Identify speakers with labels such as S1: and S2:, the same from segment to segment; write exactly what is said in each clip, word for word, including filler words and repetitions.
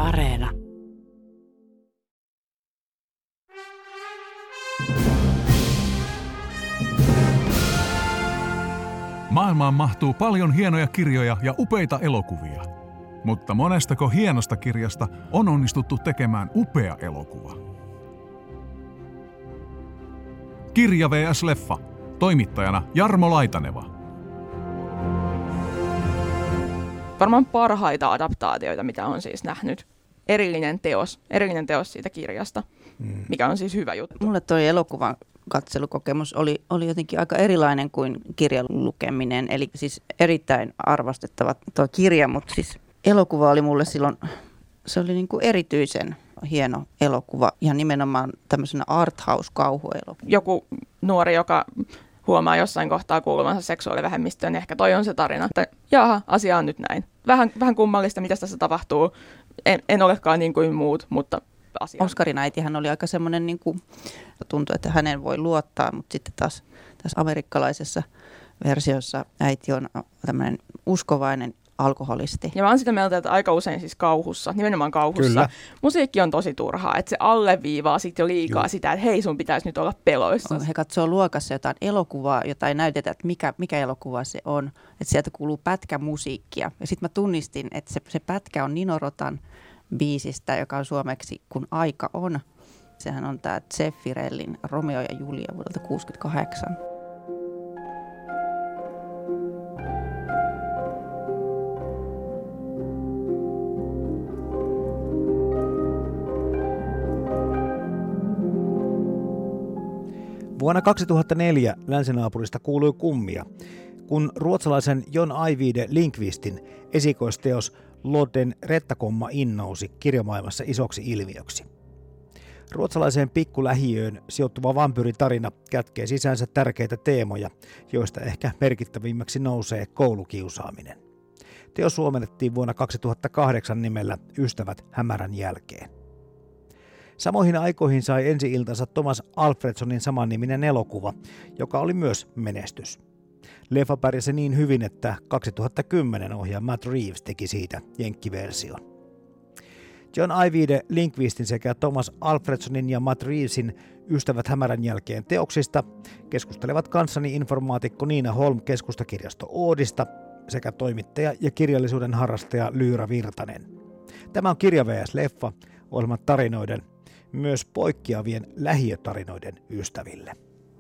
S1: Areena.
S2: Maailmaan mahtuu paljon hienoja kirjoja ja upeita elokuvia. Mutta monestako hienosta kirjasta on onnistuttu tekemään upea elokuva? Kirja versus. Leffa. Toimittajana Jarmo Laitaneva.
S3: Varmaan parhaita adaptaatioita, mitä on siis nähnyt. Erillinen teos, erillinen teos siitä kirjasta, mm. mikä on siis hyvä juttu.
S4: Mulle toi elokuvan katselukokemus oli, oli jotenkin aika erilainen kuin kirjan lukeminen. Eli siis erittäin arvostettava tuo kirja, mutta siis elokuva oli mulle silloin, se oli niin kuin erityisen hieno elokuva ja nimenomaan tämmöisenä arthouse-kauhuelokuva.
S3: Joku nuori, joka huomaa jossain kohtaa kuuluvansa seksuaalivähemmistöön, niin ehkä toi on se tarina, että jaha, asia on nyt näin. Vähän, vähän kummallista, mitä tässä tapahtuu. En, en olekaan niin kuin muut, mutta asia.
S4: Oskarin äitihän oli aika semmoinen, niin kuin, tuntui, että hänen voi luottaa, mutta sitten taas tässä amerikkalaisessa versiossa äiti on tämmöinen uskovainen alkoholisti.
S3: Ja mä oon sitä mieltä, että aika usein siis kauhussa, nimenomaan kauhussa, Kyllä. musiikki on tosi turhaa, että se alleviivaa sitten jo liikaa Juh. sitä, että hei, sun pitäisi nyt olla peloissa.
S4: He katsoo luokassa jotain elokuvaa, jota ei näytetä, että mikä, mikä elokuva se on, että sieltä kuuluu pätkä musiikkia. Ja sitten mä tunnistin, että se, se pätkä on Nino Rotan biisistä, joka on suomeksi Kun aika on. Sehän on tämä Zeffirellin Romeo ja Julia vuodelta kuusikymmentäkahdeksan.
S5: Vuonna kaksituhattaneljä länsinaapurista kuului kummia, kun ruotsalaisen John Ajvide Lindqvistin esikoisteos Lodden Rättskomma In nousi kirjamaailmassa isoksi ilmiöksi. Ruotsalaiseen pikkulähiöön sijoittuva vampyyritarina kätkee sisäänsä tärkeitä teemoja, joista ehkä merkittävimmäksi nousee koulukiusaaminen. Teos suomennettiin vuonna kaksituhattakahdeksan nimellä Ystävät hämärän jälkeen. Samoihin aikoihin sai ensi-iltansa Thomas Alfredsonin samanniminen elokuva, joka oli myös menestys. Leffa pärjäsi niin hyvin, että kaksituhattakymmenen ohjaaja Matt Reeves teki siitä jenkkiversion. John Ajvide Lindqvistin sekä Thomas Alfredsonin ja Matt Reevesin Ystävät hämärän jälkeen teoksista keskustelevat kanssani informaatikko Niina Holm Keskustakirjasto Oodista sekä toimittaja ja kirjallisuuden harrastaja Lyra Virtanen. Tämä on Kirja versus. Leffa, ohjelman tarinoiden, myös poikkeavien lähiötarinoiden ystäville.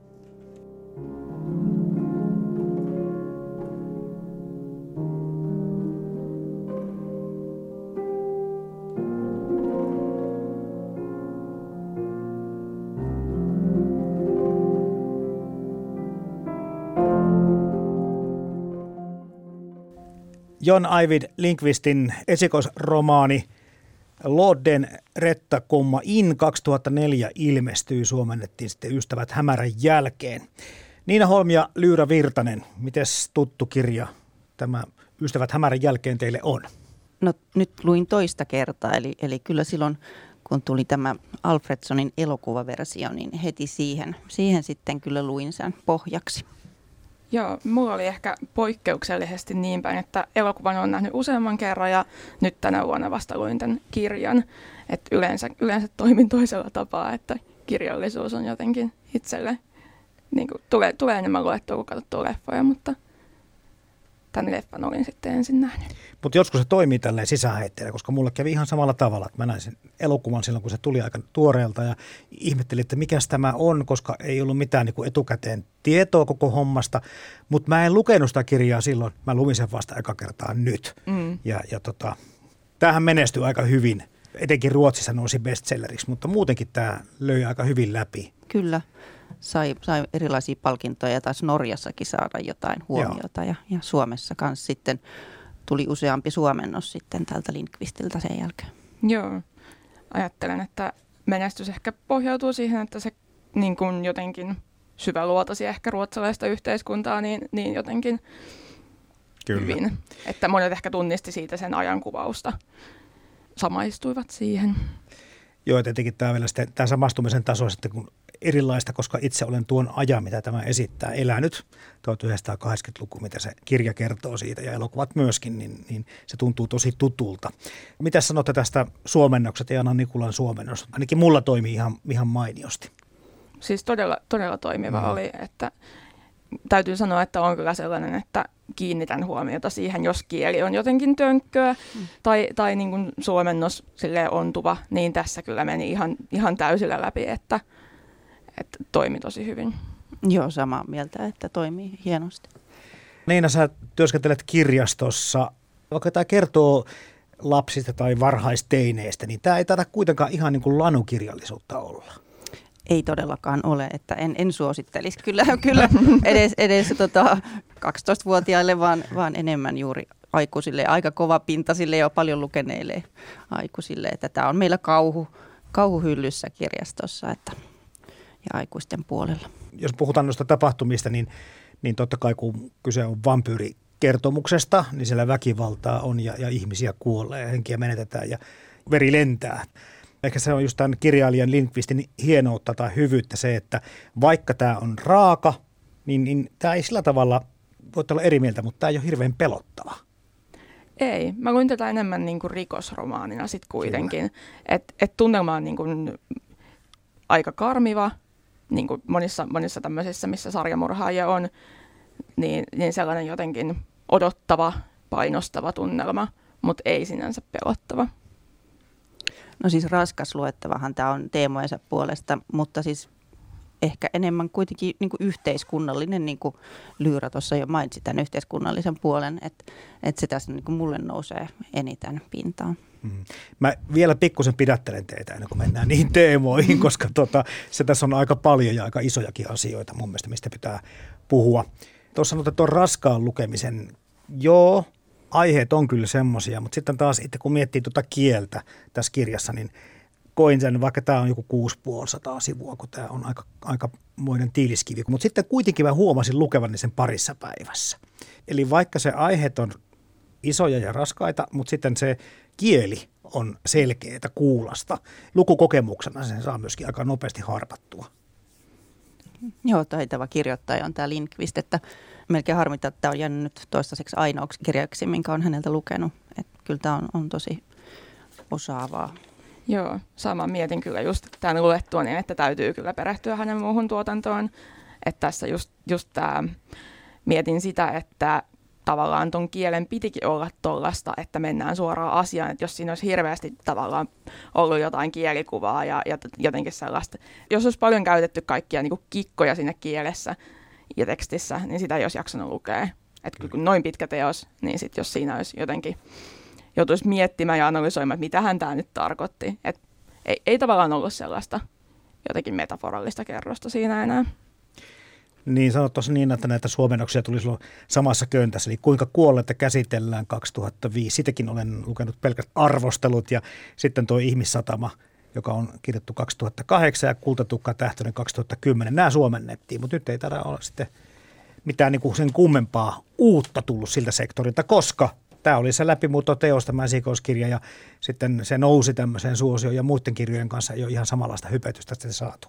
S5: John Ajvide Lindqvistin esikoisromaani Lodden Rättskomma In kaksituhattaneljä ilmestyi, suomennettiin sitten Ystävät hämärän jälkeen. Niina Holm ja Lyra Virtanen, mites tuttu kirja tämä Ystävät hämärän jälkeen teille on?
S4: No nyt luin toista kertaa, eli, eli kyllä silloin kun tuli tämä Alfredsonin elokuvaversio, niin heti siihen, siihen sitten kyllä luin sen pohjaksi.
S3: Joo, mulla oli ehkä poikkeuksellisesti niin päin, että elokuvan on nähnyt useamman kerran ja nyt tänä vuonna vasta luin tämän kirjan. Että yleensä, yleensä toimin toisella tapaa, että kirjallisuus on jotenkin itselle, niin kuin, tulee, tulee enemmän luettua kuin katsottua leffoja, mutta tämän leffan olin sitten ensin nähnyt.
S5: Mutta joskus se toimii tälleen sisäänheitteellä, koska mulle kävi ihan samalla tavalla, että mä näin sen elokuvan silloin, kun se tuli aika tuoreelta ja ihmettelin, että mikäs tämä on, koska ei ollut mitään niin kuin etukäteen tietoa koko hommasta, mutta mä en lukenut sitä kirjaa silloin, mä luin sen vasta eka kertaa nyt. Mm. Ja, ja tota, tämähän menestyi aika hyvin, etenkin Ruotsissa nousi bestselleriksi, mutta muutenkin tämä löi aika hyvin läpi.
S4: Kyllä. Sai, sai erilaisia palkintoja ja taas Norjassakin saada jotain huomiota ja, ja Suomessa kanssa sitten tuli useampi suomennos sitten tältä Lindqvistiltä sen jälkeen.
S3: Joo, ajattelen, että menestys ehkä pohjautuu siihen, että se niin kuin jotenkin syväluotasi ehkä ruotsalaista yhteiskuntaa niin, niin jotenkin Kyllä. hyvin. Että monet ehkä tunnisti siitä sen ajankuvausta, samaistuivat siihen.
S5: Joo, tietenkin tämä, vielä sitten, tämä samastumisen taso sitten, kun erilaista, koska itse olen tuon ajan, mitä tämä esittää, elänyt. tuhatyhdeksänsataakahdeksankymmentäluku, mitä se kirja kertoo siitä ja elokuvat myöskin, niin, niin se tuntuu tosi tutulta. Mitä sanotte tästä suomennokset ja Anna Nikulan suomennos? Ainakin mulla toimii ihan, ihan mainiosti.
S3: Siis todella, todella toimiva
S5: Mm.
S3: oli, että täytyy sanoa, että on kyllä sellainen, että kiinnitän huomiota siihen, jos kieli on jotenkin tönkköä mm. tai, tai niin kuin suomennos silleen ontuva, niin tässä kyllä meni ihan, ihan täysillä läpi, että, että toimi tosi hyvin.
S4: Joo, samaa mieltä, että toimii hienosti.
S5: Niina, sä työskentelet kirjastossa. Vaikka tämä kertoo lapsista tai varhaisteineistä, niin tämä ei taida kuitenkaan ihan niin kuin lanukirjallisuutta olla.
S4: Ei todellakaan ole, että en, en suosittelisi kyllä, kyllä edes, edes tota kaksitoistavuotiaille, vaan, vaan enemmän juuri aikuisille, aika kovapintaisille ja paljon lukeneille aikuisille. Että tämä on meillä kauhu, kauhuhyllyssä kirjastossa että, ja aikuisten puolella.
S5: Jos puhutaan noista tapahtumista, niin, niin totta kai kun kyse on vampyyrikertomuksesta, niin siellä väkivaltaa on ja, ja ihmisiä kuolee, henkiä menetetään ja veri lentää. Ehkä se on just tämän kirjailijan Lindqvistin hienoutta tai hyvyyttä se, että vaikka tämä on raaka, niin, niin tämä ei sillä tavalla, voitte olla eri mieltä, mutta tämä ei ole hirveän pelottava.
S3: Ei, mä luin tätä enemmän niin kuin rikosromaanina sitten kuitenkin. Että et tunnelma on niin kuin aika karmiva, niin kuin monissa, monissa tämmöisissä, missä sarjamurhaajia on, niin, niin sellainen jotenkin odottava, painostava tunnelma, mutta ei sinänsä pelottava.
S4: No siis raskas luettavahan tämä on teemojensa puolesta, mutta siis ehkä enemmän kuitenkin niin kuin yhteiskunnallinen, niin kuin Lyyrä tuossa jo mainitsi tämän yhteiskunnallisen puolen, että, että se tässä niin kuin mulle nousee eniten pintaan.
S5: Hmm. Mä vielä pikkusen pidättelen teitä ennen kuin mennään niihin teemoihin, koska tota, se tässä on aika paljon ja aika isojakin asioita mun mielestä, mistä pitää puhua. Tuossa sanotaan tuon raskaan lukemisen, joo, aiheet on kyllä semmoisia, mutta sitten taas itse kun miettii tuota kieltä tässä kirjassa, niin koin sen, vaikka tämä on joku kuusisataaviisikymmentä sivua, kun tämä on aika, aikamoinen tiiliskivi. Mutta sitten kuitenkin mä huomasin lukevani sen parissa päivässä. Eli vaikka se aiheet on isoja ja raskaita, mutta sitten se kieli on selkeää kuulasta. Lukukokemuksena sen saa myöskin aika nopeasti harpattua.
S4: Joo, taitava kirjoittaja on tämä Lindqvist, että melkein harmita, että tämä on jäänyt nyt toistaiseksi ainoaksi kirjaksi, minkä on häneltä lukenut. Että kyllä tämä on, on tosi osaavaa.
S3: Joo, sama mietin kyllä just tämän luettua, niin että täytyy kyllä perehtyä hänen muuhun tuotantoon. Että tässä just, just tämä, mietin sitä, että tavallaan ton kielen pitikin olla tollasta, että mennään suoraan asiaan, että jos siinä olisi hirveästi tavallaan ollut jotain kielikuvaa ja, ja jotenkin sellaista. Jos olisi paljon käytetty kaikkia niin kuin kikkoja siinä kielessä ja tekstissä, niin sitä ei olisi jaksanut lukea. Että kun noin pitkä teos, niin sitten jos siinä olisi jotenkin, joutuisi miettimään ja analysoimaan, että mitähän tämä nyt tarkoitti. Et ei, ei tavallaan ollut sellaista jotenkin metaforallista kerrosta siinä enää.
S5: Niin sanot tuossa niin, että näitä suomennoksia tulisi olla samassa köntässä. Eli kuinka kuolletta käsitellään kaksituhattaviisi. Sitäkin olen lukenut pelkät arvostelut ja sitten tuo Ihmissatama, joka on kirjoittu kaksituhattakahdeksan ja Kultatukka Tähtönen kaksituhattakymmenen. Nämä suomennettiin, mutta nyt ei taida olla sitten mitään niin kuin sen kummempaa uutta tullut siltä sektorilta, koska tämä oli se läpimuuttoteos, tämä esikoiskirja, ja sitten se nousi tämmöiseen suosioon ja muiden kirjojen kanssa ei ole ihan samanlaista hypetystä sitten saatu.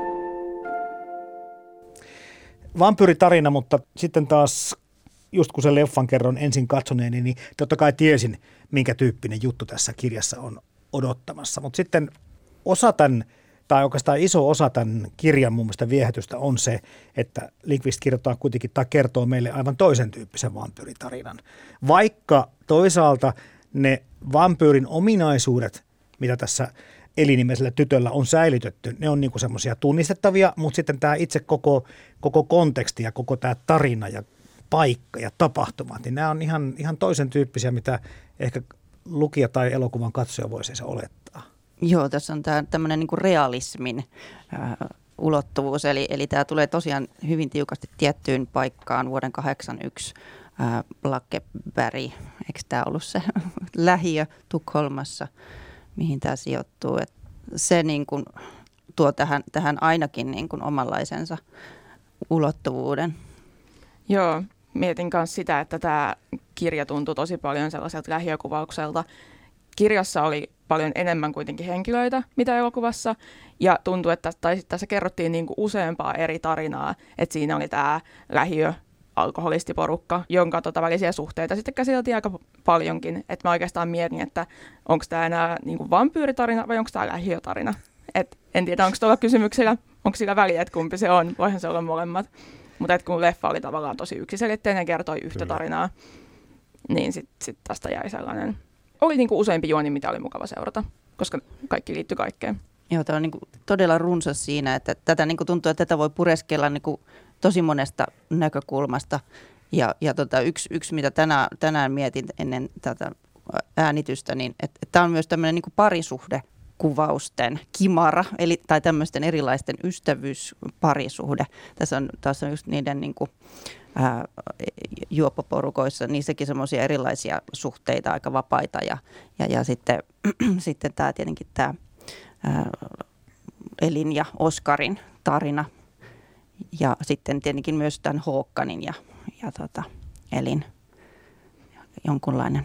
S5: Vampyyritarina, mutta sitten taas just kun sen leffan kerron ensin katsoneeni, niin totta kai tiesin, minkä tyyppinen juttu tässä kirjassa on odottamassa. Mutta sitten osa tämän, tai oikeastaan iso osa tämän kirjan mun mielestä viehätystä on se, että Lindqvist kirjoittaa kuitenkin tai kertoo meille aivan toisen tyyppisen vampyyritarinan. Vaikka toisaalta ne vampyyrin ominaisuudet, mitä tässä elinimeisellä tytöllä on säilytetty, ne on niinku semmoisia tunnistettavia, mutta sitten tämä itse koko, koko konteksti ja koko tämä tarina ja paikka ja tapahtumat, niin nämä on ihan, ihan toisen tyyppisiä, mitä ehkä lukija tai elokuvan katsoja voisi se olettaa.
S4: Joo, tässä on tämä tämmöinen niinku realismin äh, ulottuvuus, eli, eli tämä tulee tosiaan hyvin tiukasti tiettyyn paikkaan vuoden kahdeksankymmentäyksi äh, Blackeberry, eikö tämä ollut se lähiö Tukholmassa, mihin tämä sijoittuu. Et se niin kuin tuo tähän, tähän ainakin niin kuin omanlaisensa ulottuvuuden.
S3: Joo, mietin myös sitä, että tämä kirja tuntui tosi paljon sellaiselta lähiökuvaukselta. kirjassa oli paljon enemmän kuitenkin henkilöitä, mitä elokuvassa, ja tuntui, että tai tässä kerrottiin niin kuin useampaa eri tarinaa, että siinä oli tämä lähiö, alkoholistiporukka, jonka tota välisiä suhteita sitten käsiteltiin aika paljonkin. Että mä oikeastaan mietin, että onko tämä enää niin kuin vampyyritarina vai onko tämä lähiötarina. Et en tiedä, onko tuolla kysymyksellä, onko sillä väliä, että kumpi se on, voihan se olla molemmat. Mutta kun leffa oli tavallaan tosi yksiselitteinen ja kertoi yhtä Kyllä. tarinaa, niin sitten sit tästä jäi sellainen. Oli niin kuin useampi juoni, mitä oli mukava seurata, koska kaikki liittyi kaikkeen.
S4: Joo, tämä on niin kuin todella runsas siinä, että tätä niin kuin tuntuu, että tätä voi pureskella niin kuin tosi monesta näkökulmasta. Ja, ja tota, yksi, yksi, mitä tänään, tänään mietin ennen tätä äänitystä, niin että tämä on myös tämmöinen niin kuin parisuhdekuvausten kimara, eli, tai tämmöisten erilaisten ystävyysparisuhde. Tässä on, tässä on just niiden niin kuin, ää, juoppoporukoissa, niissäkin semmoisia erilaisia suhteita, aika vapaita. Ja, ja, ja sitten, sitten tämä tietenkin tämä ää, Elin ja Oskarin tarina. Ja sitten tietenkin myös tämän Håkanin ja, ja tota, Elin jonkunlainen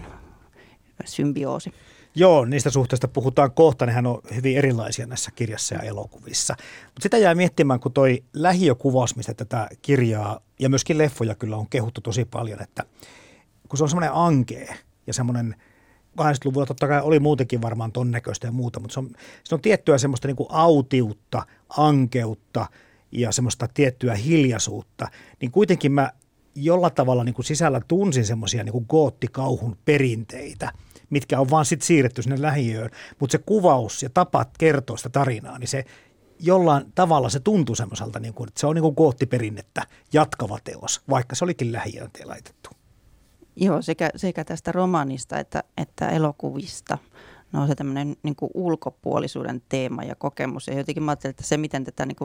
S4: symbioosi.
S5: Joo, niistä suhteista puhutaan kohta. Nehän on hyvin erilaisia näissä kirjassa ja elokuvissa. Mutta sitä jää miettimään, kun toi lähiökuvaus, mistä tätä kirjaa ja myöskin leffoja kyllä on kehuttu tosi paljon, että kun se on semmoinen ankee ja semmoinen kahdeksankymmentäluvulla totta kai oli muutenkin varmaan ton näköistä ja muuta, mutta se on, se on tiettyä semmoista niin kuin autiutta, ankeutta ja semmoista tiettyä hiljaisuutta, niin kuitenkin mä jollain tavalla niin kuin sisällä tunsin semmoisia niin kuin goottikauhun perinteitä, mitkä on vaan sitten siirretty sinne lähiöön, mutta se kuvaus ja tapa kertoa sitä tarinaa, niin se jollain tavalla se tuntui semmoiselta, niin kuin, että se on niin kuin goottiperinnettä jatkava teos, vaikka se olikin lähiöön laitettu.
S4: Joo, sekä, sekä tästä romaanista että, että elokuvista. No se tämmöinen niin kuin ulkopuolisuuden teema ja kokemus. Ja jotenkin mä ajattelin, että se, miten tätä niin kuin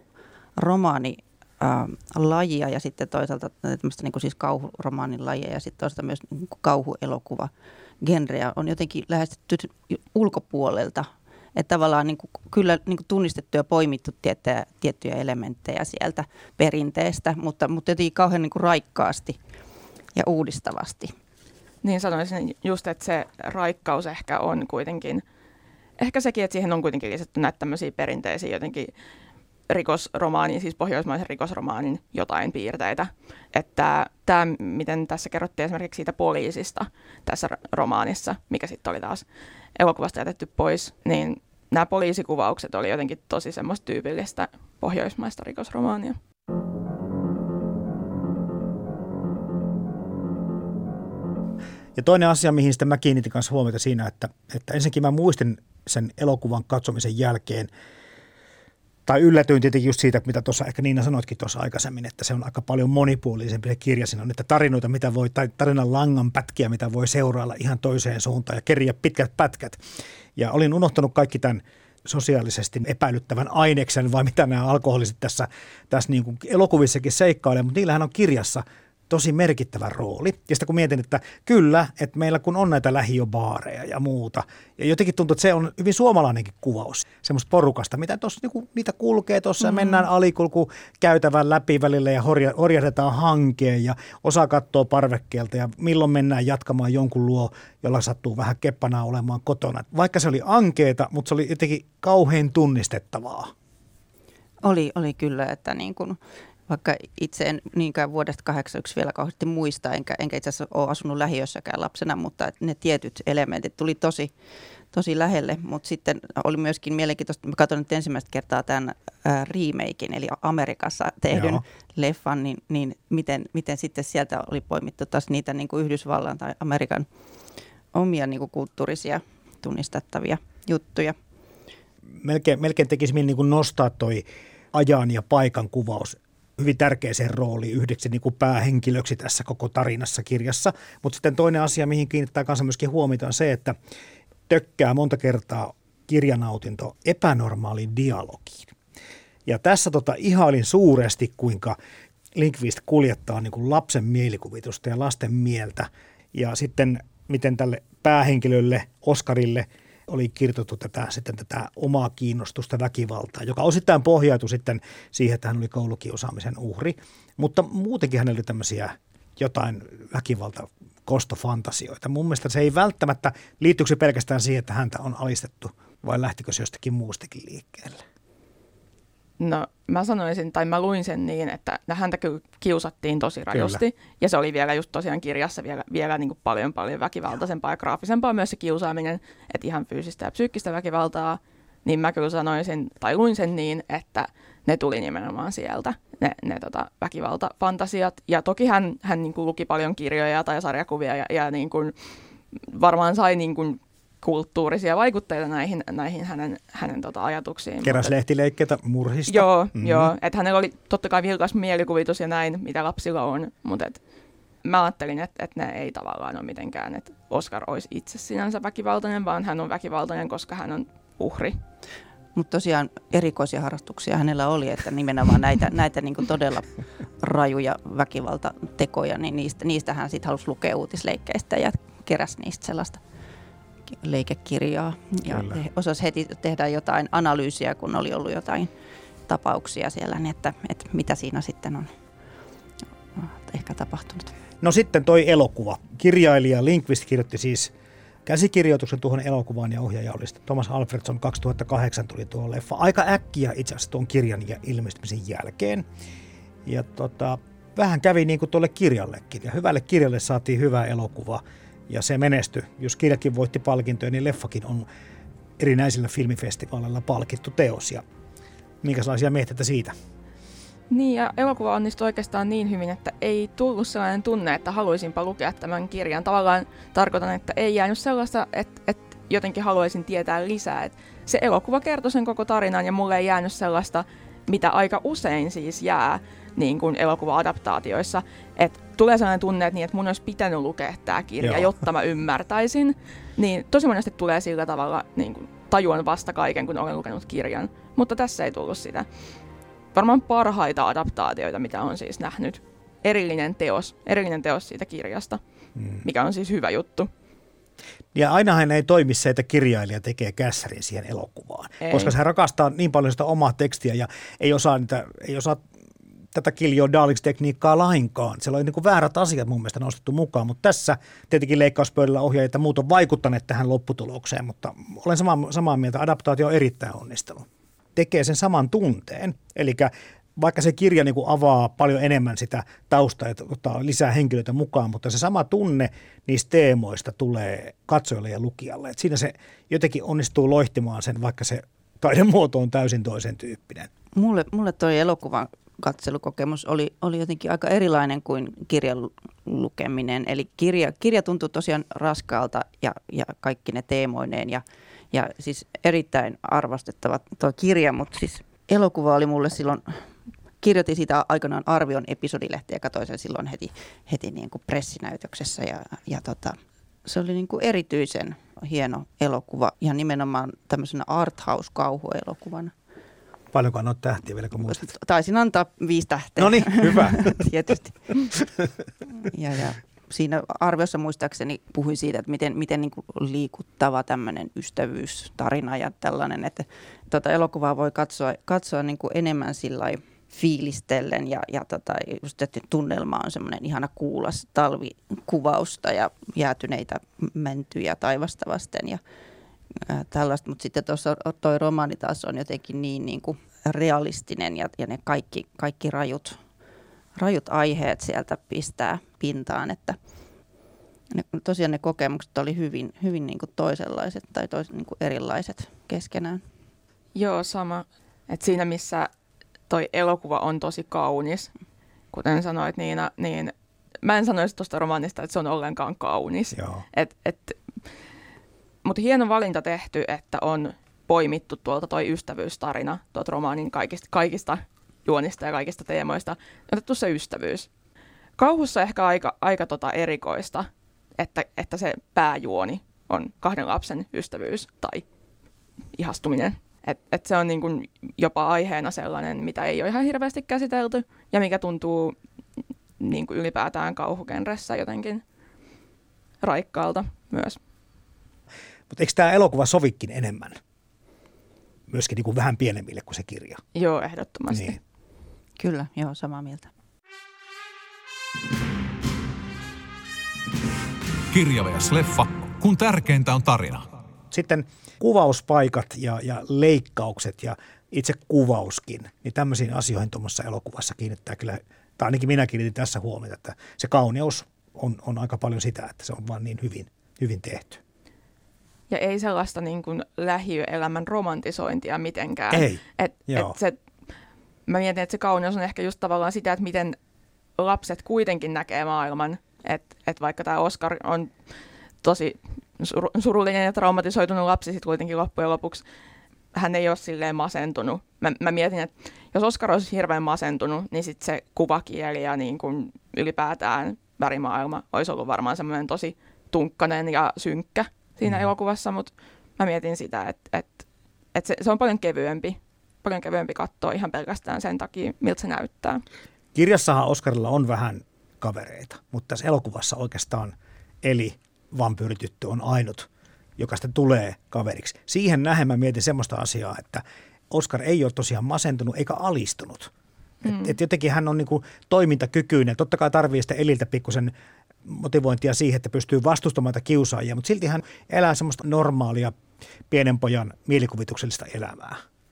S4: romaanilajia ja sitten toisaalta tämmöistä niin kuin siis kauhuromaanin lajia ja sitten toisaalta myös niin kuin kauhuelokuva genreä on jotenkin lähestytty ulkopuolelta. Että tavallaan niin kuin, kyllä niin kuin tunnistettu ja poimittu tiettyjä, tiettyjä elementtejä sieltä perinteestä, mutta, mutta jotenkin kauhean niin kuin raikkaasti ja uudistavasti.
S3: Niin sanoisin just, että se raikkaus ehkä on kuitenkin, ehkä sekin, että siihen on kuitenkin lisätty näitä tämmöisiä perinteisiä jotenkin rikosromaanin, siis pohjoismaisen rikosromaanin jotain piirteitä. Että tämä, miten tässä kerrottiin esimerkiksi siitä poliisista tässä romaanissa, mikä sitten oli taas elokuvasta jätetty pois, niin nämä poliisikuvaukset oli jotenkin tosi semmoista tyypillistä pohjoismaista rikosromaania.
S5: Ja toinen asia, mihin sitten mä kiinnitin kanssa huomiota siinä, että, että ensinnäkin mä muistin sen elokuvan katsomisen jälkeen, tai yllätyin tietenkin just siitä, mitä tuossa ehkä Niina sanoitkin tuossa aikaisemmin, että se on aika paljon monipuolisempi se kirja. Siinä on niitä tarinoita, mitä voi, tai tarinan langan pätkiä, mitä voi seurailla ihan toiseen suuntaan ja kerjää pitkät pätkät. Ja olin unohtanut kaikki tämän sosiaalisesti epäilyttävän aineksen, vai mitä nämä alkoholiset tässä, tässä niin kuin elokuvissakin seikkailee, mutta niillähän on kirjassa tosi merkittävä rooli. Ja sitten kun mietin, että kyllä, että meillä kun on näitä lähiöbaareja ja muuta, ja jotenkin tuntuu, että se on hyvin suomalainenkin kuvaus semmoista porukasta, mitä tuossa niinku, niitä kulkee tuossa mm-hmm. ja mennään alikulku käytävän läpi välillä ja horja, horjahdetaan hankeen ja osa katsoo parvekkeelta ja milloin mennään jatkamaan jonkun luo, jolla sattuu vähän keppana olemaan kotona. Vaikka se oli ankeeta, mutta se oli jotenkin kauhean tunnistettavaa.
S4: Oli, oli kyllä, että niin kuin vaikka itse en niinkään vuodesta kahdeksankymmentäyksi vielä kauheasti muista, enkä, enkä itse asiassa ole asunut lähiössäkään lapsena, mutta ne tietyt elementit tuli tosi, tosi lähelle. Mutta sitten oli myöskin mielenkiintoista, mä katson nyt ensimmäistä kertaa tämän ää, remakein, eli Amerikassa tehdyn Joo. leffan, niin, niin miten, miten sitten sieltä oli poimittu taas niitä niin kuin Yhdysvallan tai Amerikan omia niin kuin kulttuurisia tunnistettavia juttuja.
S5: Melkein, melkein tekisi niin kuin nostaa toi ajan ja paikan kuvaus hyvin tärkeäseen rooliin yhdeksi niin kuin päähenkilöksi tässä koko tarinassa kirjassa. Mutta sitten toinen asia, mihin kiinnittää kanssa myöskin huomiota, on se, että tökkää monta kertaa kirjanautinto epänormaaliin dialogiin. Ja tässä tota ihailin suuresti, kuinka Lindqvist kuljettaa niin kuin lapsen mielikuvitusta ja lasten mieltä. Ja sitten miten tälle päähenkilölle, Oskarille, oli kirjoitettu tätä, sitten tätä omaa kiinnostusta väkivaltaa, joka osittain pohjautui sitten siihen, että hän oli koulukiusaamisen uhri. Mutta muutenkin hänellä oli tämmöisiä jotain väkivalta kostofantasioita. Mun mielestä se ei välttämättä, liittyykö se pelkästään siihen, että häntä on alistettu, vai lähtikö se jostakin muustakin liikkeelle?
S3: No mä sanoisin, tai mä luin sen niin, että häntä kyllä kiusattiin tosi rajusti. Kyllä. Ja se oli vielä just tosiaan kirjassa vielä, vielä niin kuin paljon paljon väkivaltaisempaa ja graafisempaa myös se kiusaaminen, että ihan fyysistä ja psyykkistä väkivaltaa. Niin mä kyllä sanoisin, tai luin sen niin, että ne tuli nimenomaan sieltä, ne, ne tota, väkivaltafantasiat. Ja toki hän, hän niin kuin luki paljon kirjoja tai sarjakuvia ja, ja niin kuin varmaan sai niin kuin kulttuurisia vaikutteita näihin, näihin hänen, hänen tota, ajatuksiin.
S5: Keräs lehtileikkeitä murhista.
S3: Joo, mm-hmm. joo. Että hänellä oli totta kai vilkas mielikuvitus ja näin, mitä lapsilla on, mutta et, mä ajattelin, että et ne ei tavallaan ole mitenkään, että Oscar olisi itse sinänsä väkivaltainen, vaan hän on väkivaltainen, koska hän on uhri.
S4: Mutta tosiaan erikoisia harrastuksia hänellä oli, että nimenomaan näitä, näitä niin kuin todella rajuja väkivaltatekoja, niin niistä, niistä hän sitten halusi lukea uutisleikkeistä ja keräsi niistä sellaista leikekirjaa. Ja osasi heti tehdä jotain analyysiä, kun oli ollut jotain tapauksia siellä, niin että, että mitä siinä sitten on ehkä tapahtunut.
S5: No sitten toi elokuva. Kirjailija Lindqvist kirjoitti siis käsikirjoituksen tuohon elokuvaan ja ohjaaja oli Thomas Alfredson. kaksituhattakahdeksan tuli tuo leffa. Aika äkkiä itse asiassa tuon kirjan ja ilmestymisen jälkeen. Ja tota, vähän kävi niin kuin tuolle kirjallekin. Ja hyvälle kirjalle saatiin hyvä elokuva ja se menestyi. Jos kirjakin voitti palkintoja, niin leffakin on erinäisillä filmifestivaaleilla palkittu teos. Ja minkälaisia mietteitä siitä?
S3: Niin, ja elokuva onnistui oikeastaan niin hyvin, että ei tullut sellainen tunne, että haluaisinpa lukea tämän kirjan. Tavallaan tarkoitan, että ei jäänyt sellaista, että, että jotenkin haluaisin tietää lisää. Että se elokuva kertoi sen koko tarinan, ja mulle ei jäänyt sellaista, mitä aika usein siis jää niin kuin elokuva-adaptaatioissa. Että tulee sellainen tunne, että, niin, että mun olisi pitänyt lukea tämä kirja, Joo. jotta mä ymmärtäisin. Niin tosi monesti tulee sillä tavalla, niin kuin tajuan vasta kaiken, kun olen lukenut kirjan. Mutta tässä ei tullut sitä. Varmaan parhaita adaptaatioita, mitä on siis nähnyt. Erillinen teos, erillinen teos siitä kirjasta, hmm. mikä on siis hyvä juttu.
S5: Ja ainahan ei toimi se, että kirjailija tekee kässärin siihen elokuvaan, ei. Koska hän rakastaa niin paljon sitä omaa tekstiä ja ei osaa, niitä, ei osaa tätä Kill Your Darlings-tekniikkaa lainkaan. Siellä on niin kuin väärät asiat mun mielestä nostettu mukaan, mutta tässä tietenkin leikkauspöydällä ohjaajat ja muut on vaikuttaneet tähän lopputulokseen, mutta olen samaa, samaa mieltä, adaptaatio on erittäin onnistunut. Tekee sen saman tunteen, eli vaikka se kirja niin kuin avaa paljon enemmän sitä taustaa ja ottaa lisää henkilöitä mukaan, mutta se sama tunne niistä teemoista tulee katsojalle ja lukijalle. Et siinä se jotenkin onnistuu loihtimaan sen, vaikka se taidemuoto on täysin toisen tyyppinen.
S4: Mulle, mulle toi elokuvan katselukokemus oli, oli jotenkin aika erilainen kuin kirjan lukeminen. Eli kirja, kirja tuntui tosiaan raskaalta ja, ja kaikki ne teemoineen ja Ja siis erittäin arvostettava tuo kirja, mutta siis elokuva oli mulle silloin, kirjoitin siitä aikanaan Arvion episodilehtiä ja katsoin sen silloin heti, heti niin kuin pressinäytöksessä ja, ja tota, se oli niin kuin erityisen hieno elokuva ja nimenomaan tämmöisenä arthouse-kauhuelokuvana.
S5: Paljonko annoit tähtiä vielä, kun muistat?
S4: Taisin antaa viisi tähteä.
S5: No niin, hyvä.
S4: Tietysti. ja, ja. Siinä arviossa muistaakseni puhuin siitä, että miten, miten niin kuin liikuttava tämmöinen ystävyystarina ja tällainen, että tuota elokuvaa voi katsoa, katsoa niin kuin enemmän sillai fiilistellen ja, ja tota, just, että tunnelma on semmoinen ihana kuulas talvikuvausta ja jäätyneitä mäntyjä taivasta vasten ja ää, tällaista, mutta sitten tuossa toi romaani taas on jotenkin niin, niin kuin realistinen ja, ja ne kaikki, kaikki rajut Rajut aiheet sieltä pistää pintaan, että ne, tosiaan ne kokemukset oli hyvin, hyvin niin kuin toisenlaiset tai tois, niin kuin erilaiset keskenään.
S3: Joo, sama. Et siinä missä toi elokuva on tosi kaunis, kuten sanoit Niina, niin mä en sanoisi tuosta romaanista, että se on ollenkaan kaunis. Et, et, mutta hieno valinta tehty, että on poimittu tuolta toi ystävyystarina, tuolta romaanin kaikista, kaikista juonista ja kaikista teemoista, otettu se ystävyys. Kauhussa ehkä aika, aika tota erikoista, että, että se pääjuoni on kahden lapsen ystävyys tai ihastuminen. Et, et se on niin kuin jopa aiheena sellainen, mitä ei ole ihan hirveästi käsitelty ja mikä tuntuu niin kuin ylipäätään kauhugenressä jotenkin raikkaalta myös.
S5: Mutta eikö tämä elokuva sovikin enemmän? Myöskin niin kuin vähän pienemmille kuin se kirja.
S3: Joo, ehdottomasti.
S5: Niin.
S4: Kyllä, joo, samaa mieltä.
S2: kirjavejas leffa, kun tärkeintä on tarina.
S5: Sitten kuvauspaikat ja, ja leikkaukset ja itse kuvauskin, niin tämmöisiin asioihin tuommoisessa elokuvassa kiinnittää kyllä, tai ainakin minä kiinnitin tässä huomiota, että se kauneus on, on aika paljon sitä, että se on vaan niin hyvin, hyvin tehty.
S3: Ja ei sellaista niin kuin lähiöelämän romantisointia mitenkään.
S5: Ei,
S3: et,
S5: joo.
S3: et se, mä mietin, että se kauneus on ehkä just tavallaan sitä, että miten lapset kuitenkin näkee maailman. Että et vaikka tämä Oscar on tosi sur, surullinen ja traumatisoitunut lapsi, sitten kuitenkin loppujen lopuksi hän ei ole silleen masentunut. Mä, mä mietin, että jos Oscar olisi hirveän masentunut, niin sitten se kuvakieli ja niin kuin ylipäätään värimaailma olisi ollut varmaan semmoinen tosi tunkkainen ja synkkä siinä mm. elokuvassa, mutta mä mietin sitä, että, että, että se, se on paljon kevyempi, paljon kevyempi katsoa ihan pelkästään sen takia, miltä se näyttää.
S5: Kirjassahan Oscarilla on vähän kavereita, mutta tässä elokuvassa oikeastaan Eli vampyyrityttö on ainut, joka sitten tulee kaveriksi. Siihen nähen mä mietin semmoista asiaa, että Oscar ei ole tosiaan masentunut eikä alistunut. Mm. Et, et jotenkin hän on niinku toimintakykyinen. Totta kai tarvii sitä Eliltä pikkusen motivointia siihen, että pystyy vastustamaan kiusaajia, mutta silti hän elää semmoista normaalia pienen pojan mielikuvituksellista elämää.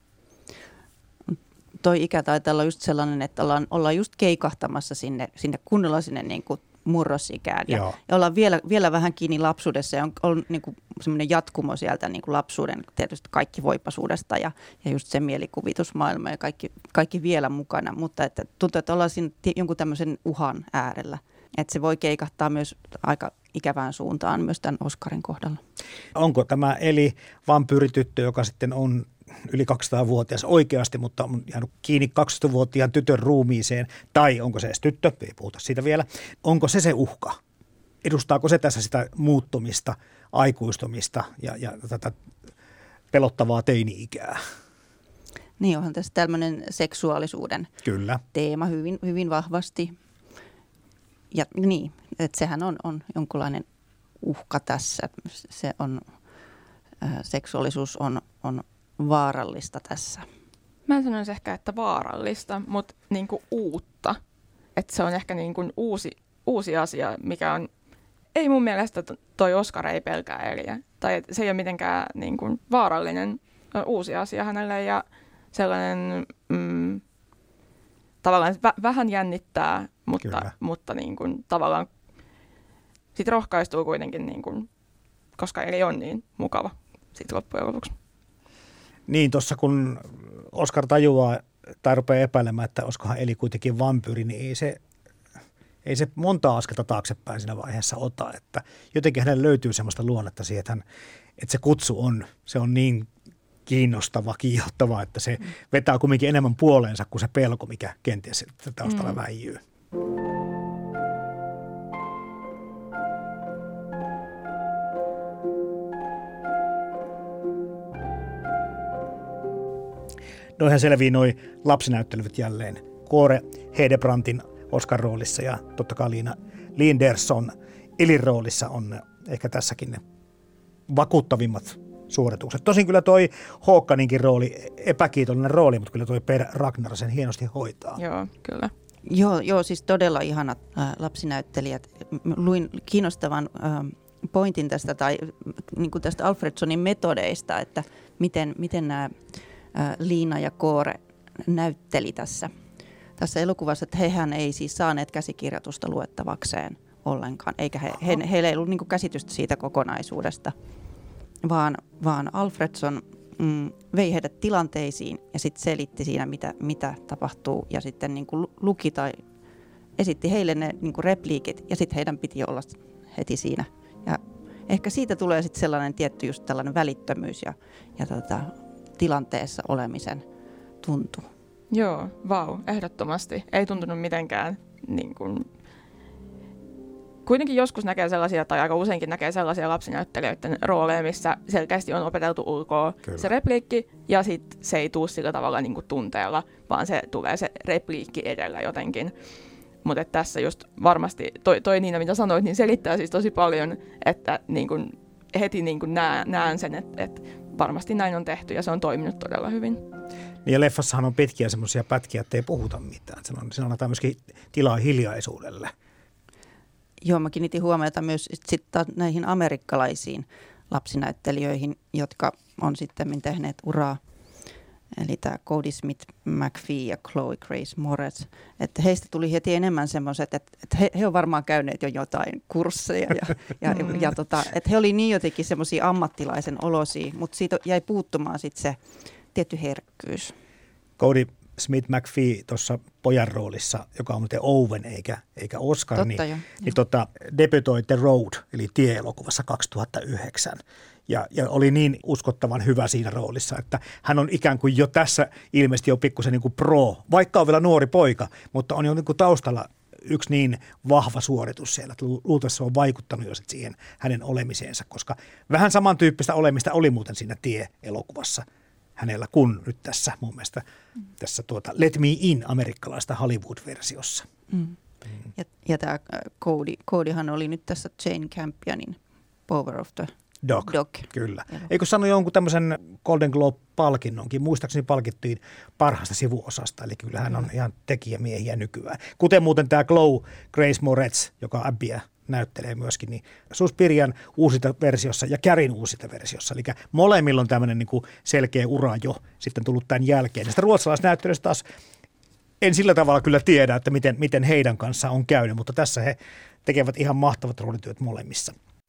S4: Toi ikä taitaa olla just sellainen, että ollaan, ollaan just keikahtamassa sinne, sinne kunnolla sinne niin kuin murrosikään. Ja, ja ollaan vielä, vielä vähän kiinni lapsuudessa ja on, on niin kuin semmoinen jatkumo sieltä niin kuin lapsuuden tietysti kaikki voipasuudesta ja, ja just se mielikuvitusmaailma ja kaikki, kaikki vielä mukana. Mutta että tuntuu, että ollaan siinä jonkun tämmöisen uhan äärellä. Että se voi keikahtaa myös aika ikävään suuntaan myös tämän Oscarin kohdalla.
S5: Onko tämä Eli vampyyrityttö, joka sitten on yli kaksisataavuotias oikeasti, mutta on jäänyt kiinni kaksitoistavuotiaan tytön ruumiiseen, tai onko se edes tyttö, ei puhuta siitä vielä. Onko se se uhka? Edustaako se tässä sitä muuttumista, aikuistumista ja, ja tätä pelottavaa teini-ikää?
S4: Niin, onhan tässä tämmöinen seksuaalisuuden
S5: Kyllä.
S4: teema hyvin, hyvin vahvasti. Ja niin, että sehän on, on jonkunlainen uhka tässä. Se on, äh, seksuaalisuus on, on vaarallista tässä.
S3: Mä sanoisin ehkä, että vaarallista, mutta niinku uutta. Että se on ehkä niinku uusi, uusi asia, mikä on, ei mun mielestä toi Oscar ei pelkää Eliä. Tai se ei ole mitenkään niinku vaarallinen, on uusi asia hänelle ja sellainen mm, tavallaan vä- vähän jännittää, mutta, mutta niin kuin, tavallaan sit rohkaistuu kuitenkin, niin kuin, koska Eli on niin mukava sit loppujen lopuksi.
S5: Niin, tuossa kun Oscar tajuaa tai rupeaa epäilemään, että olisikohan Eli kuitenkin vampyyri, niin ei se, ei se monta askelta taaksepäin siinä vaiheessa ota. Että jotenkin hänelle löytyy semmoista luonnetta siihen, että, hän, että se kutsu on, se on niin kiinnostava, kiihottava, että se vetää kumminkin enemmän puoleensa kuin se pelko, mikä kenties taustalla mm. väijyy. Noihän selvii noi lapsinäyttelyt jälleen. Kåre Hedebrandtin Oscar-roolissa ja totta kai Liina Linderson Elin roolissa on ehkä tässäkin ne vakuuttavimmat suoritukset. Tosin kyllä toi Håkaninkin rooli, epäkiitollinen rooli, mutta kyllä toi Per Ragnar sen hienosti hoitaa.
S3: Joo, kyllä.
S4: Joo, joo siis todella ihanat äh, lapsinäyttelijät. Luin kiinnostavan äh, pointin tästä, tai niin kuin tästä Alfredsonin metodeista, että miten, miten nämä äh, Liina ja Kåre näytteli tässä, tässä elokuvassa, että hehän ei siis saaneet käsikirjoitusta luettavakseen ollenkaan, eikä he, he, heillä ei ollut niin kuin käsitystä siitä kokonaisuudesta. Vaan, vaan Alfredson mm, vei heidät tilanteisiin ja sitten selitti siinä, mitä, mitä tapahtuu. Ja sitten niin kuin luki tai esitti heille ne niin kuin repliikit ja sitten heidän piti olla heti siinä. Ja ehkä siitä tulee sitten sellainen tietty just tällainen välittömyys ja, ja tota, tilanteessa olemisen tuntu.
S3: Joo, vau, ehdottomasti. Ei tuntunut mitenkään niin kuin... Kuitenkin joskus näkee sellaisia, tai aika useinkin näkee sellaisia lapsinäyttelijöiden rooleja, missä selkeästi on opeteltu ulkoa Kyllä. se repliikki, ja sitten se ei tule sillä tavalla niin kuin tunteella, vaan se tulee se repliikki edellä jotenkin. Mutta tässä just varmasti, toi, toi Niina, mitä sanoit, niin selittää siis tosi paljon, että niin kuin heti niin kuin näen, näen sen, että, että varmasti näin on tehty, ja se on toiminut todella hyvin.
S5: Niin ja leffassahan on pitkiä semmoisia pätkiä, että ei puhuta mitään. Se on, se on myöskin tilaa hiljaisuudelle.
S4: Joo, mä kiinnitin huomiota myös sit näihin amerikkalaisiin lapsinäyttelijöihin, jotka on sitten tehneet uraa. Eli tämä Cody Smith McPhee ja Chloe Grace Moretz. Että heistä tuli heti enemmän semmoiset, että, että he, he on varmaan käyneet jo jotain kursseja. Ja, ja, mm. ja tota, että he oli niin jotenkin semmoisia ammattilaisen olosia, mutta siitä jäi puuttumaan sitten se tietty herkkyys.
S5: Cody Smith McPhee tuossa pojan roolissa, joka on muuten Owen eikä, eikä Oscar,
S4: Totta,
S5: niin,
S4: jo,
S5: niin tota, debytoi The Road, eli Tie-elokuvassa kaksituhattayhdeksän. Ja, ja oli niin uskottavan hyvä siinä roolissa, että hän on ikään kuin jo tässä ilmeisesti jo pikkusen niin kuin pro, vaikka on vielä nuori poika, mutta on jo niin kuin taustalla yksi niin vahva suoritus siellä, että luultavasti se on vaikuttanut jo sit siihen hänen olemiseensa, koska vähän samantyyppistä olemista oli muuten siinä Tie-elokuvassa hänellä kuin nyt tässä mun mielestä tässä tuota Let Me In amerikkalaista Hollywood-versiossa.
S4: Mm. Mm. Ja, ja tämä Cody, Codyhan oli nyt tässä Jane Campionin Power of the
S5: Dog.
S4: Dog.
S5: Kyllä. Eikö sano jonkun tämmöisen Golden Globe-palkinnonkin? Muistaakseni palkittiin parhaasta sivuosasta, eli kyllä hän on ihan tekijämiehiä nykyään. Kuten muuten tämä Chloe Grace Moretz, joka Abbyä näyttelee myöskin, niin Suspirian uusita versiossa ja Carrien uusita versiossa. Eli molemmilla on tämmöinen niin kuin selkeä ura jo sitten tullut tämän jälkeen. Ja sitä ruotsalaisnäyttelystä taas en sillä tavalla kyllä tiedä, että miten, miten heidän kanssaan on käynyt, mutta tässä he tekevät ihan mahtavat roolityöt molemmissa.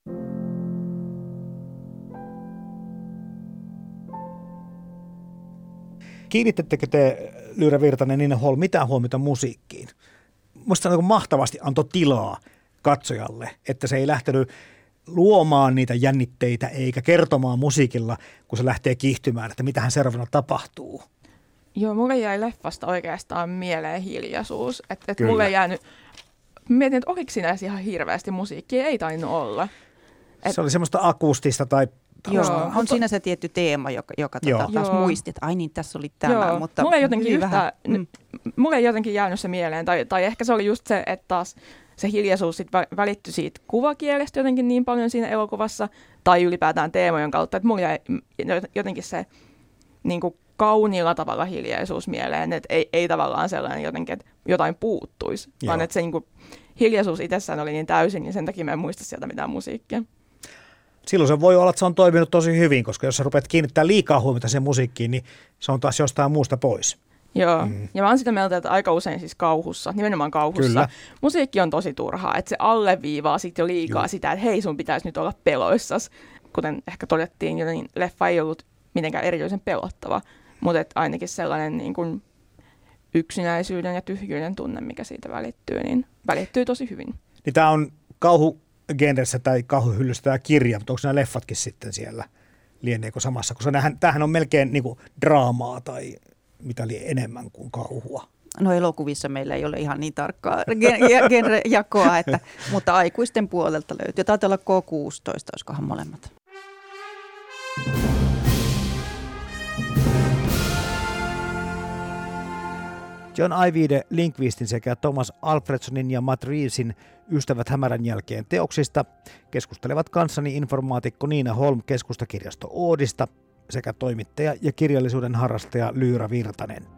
S5: Kiinnittettekö te, Lyra Virtanen, Niina Holm, mitään huomiota musiikkiin? Musta niin mahtavasti antoi tilaa katsojalle, että se ei lähtenyt luomaan niitä jännitteitä eikä kertomaan musiikilla, kun se lähtee kiihtymään, että mitähän seuraavana tapahtuu.
S3: Joo, mulle jäi leffasta oikeastaan mieleen hiljaisuus. Että et mulle ei jäänyt, mietin, että oliko siinä ihan hirveästi musiikkia, ei tainnut olla. Et,
S5: se oli semmoista akustista tai...
S4: Joo, on mutta siinä se tietty teema, joka, joka tota, taas muisti, että ai niin, tässä oli tämä.
S3: Joo,
S4: mutta
S3: mulle ei jotenkin, yhtä,
S4: vähän,
S3: mm. mulle ei jotenkin jäänyt se mieleen, tai, tai ehkä se oli just se, että taas se hiljaisuus sit välittyi siitä kuvakielestä jotenkin niin paljon siinä elokuvassa, tai ylipäätään teemojen kautta, että mulle jäi jotenkin se niin kuin kauniilla tavalla hiljaisuus mieleen, että ei, ei tavallaan sellainen jotenkin, että jotain puuttuisi, Joo. vaan että se niin kuin, hiljaisuus itsessään oli niin täysin, niin sen takia mä en muista sieltä mitään musiikkia.
S5: Silloin se voi olla, että se on toiminut tosi hyvin, koska jos sä rupeat kiinnittämään liikaa huomiota sen musiikkiin, niin se on taas jostain muusta pois.
S3: Joo, mm. ja mä oon sitä mieltä, että aika usein siis kauhussa, nimenomaan kauhussa, Kyllä. musiikki on tosi turhaa, että se alleviivaa sitten jo liikaa Juh. sitä, että hei, sun pitäisi nyt olla peloissas. Kuten ehkä todettiin, niin leffa ei ollut mitenkään erityisen pelottava, mutta et ainakin sellainen niin kuin yksinäisyyden ja tyhjyyden tunne, mikä siitä välittyy, niin välittyy tosi hyvin.
S5: Niin tää on kauhu genressä tai kauhuhyllyssä tämä kirja, mutta onko nämä leffatkin sitten siellä, lieneekö samassa? Koska nämähän, tämähän on melkein niin kuin draamaa tai mitä liian enemmän kuin kauhua.
S4: No elokuvissa meillä ei ole ihan niin tarkkaa genrejakoa, että, mutta aikuisten puolelta löytyy. Taitaa olla K kuusitoista, olisikohan molemmat.
S5: John Ajvide Lindqvistin sekä Thomas Alfredsonin ja Matt Reevesin Ystävät hämärän jälkeen teoksista keskustelevat kanssani informaatikko Niina Holm Keskustakirjasto Oodista sekä toimittaja ja kirjallisuuden harrastaja Lyra Virtanen.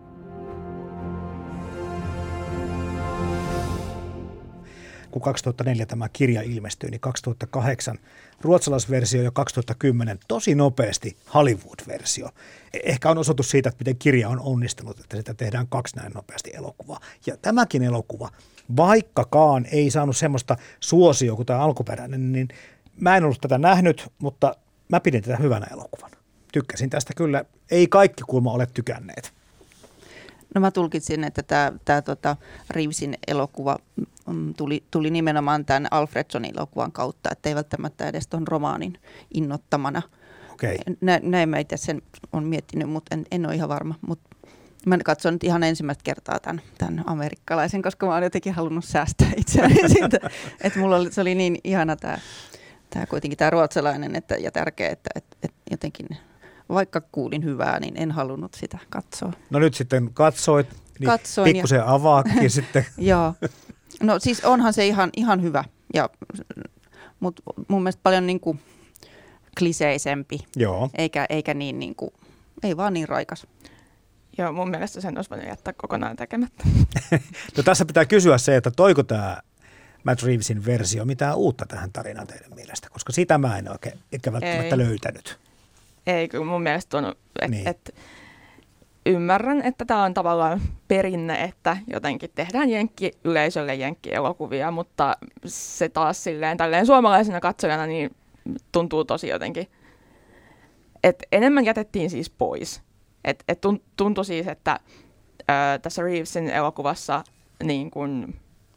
S5: Kun kaksituhattaneljä tämä kirja ilmestyi, niin kaksituhattakahdeksan ruotsalaisversio ja kaksituhattakymmenen tosi nopeasti Hollywood-versio. Ehkä on osoitus siitä, että miten kirja on onnistunut, että sitä tehdään kaksi näin nopeasti elokuvaa. Ja tämäkin elokuva, vaikkakaan ei saanut semmoista suosioa kuin tämä alkuperäinen, niin mä en ollut tätä nähnyt, mutta mä pidin tätä hyvänä elokuvana. Tykkäsin tästä kyllä. Ei kaikki kuulemma ole tykänneet.
S4: No mä tulkitsin, että tämä, tämä tota, Reevesin elokuva tuli, tuli nimenomaan tämän Alfredsonin elokuvan kautta, että ei välttämättä edes tuon romaanin innottamana.
S5: Okay.
S4: Nä, näin mä itse sen olen miettinyt, mutta en, en ole ihan varma. Mut mä katson nyt ihan ensimmäistä kertaa tämän, tämän amerikkalaisen, koska mä oon jotenkin halunnut säästää itseäni siitä. Että mulla oli, se oli niin ihana tämä, tämä kuitenkin tämä ruotsalainen että, ja tärkeä, että, että, että jotenkin... Vaikka kuulin hyvää, niin en halunnut sitä katsoa.
S5: No nyt sitten katsoit, niin Katsoin pikkusen ja... avaakin sitten.
S4: Joo, no siis onhan se ihan, ihan hyvä, ja, mutta mun mielestä paljon niin kuin kliseisempi,
S5: Joo.
S4: Eikä, eikä niin, niin kuin, ei vaan niin raikas.
S3: Joo, mun mielestä sen olisi voinut jättää kokonaan tekemättä.
S5: No tässä pitää kysyä se, että toiko tämä Matt Reevesin versio mitään uutta tähän tarinaan teidän mielestä? Koska sitä mä en oikein ehkä välttämättä
S3: Ei.
S5: löytänyt.
S3: Ei, kyllä mun mielestä on, että
S5: Niin.
S3: et, ymmärrän, että tämä on tavallaan perinne, että jotenkin tehdään jenkki-yleisölle jenkki-elokuvia, mutta se taas silleen tälleen suomalaisena katsojana niin tuntuu tosi jotenkin, että enemmän jätettiin siis pois. Et, et tuntui siis, että ää, tässä Reevesin elokuvassa niin kun,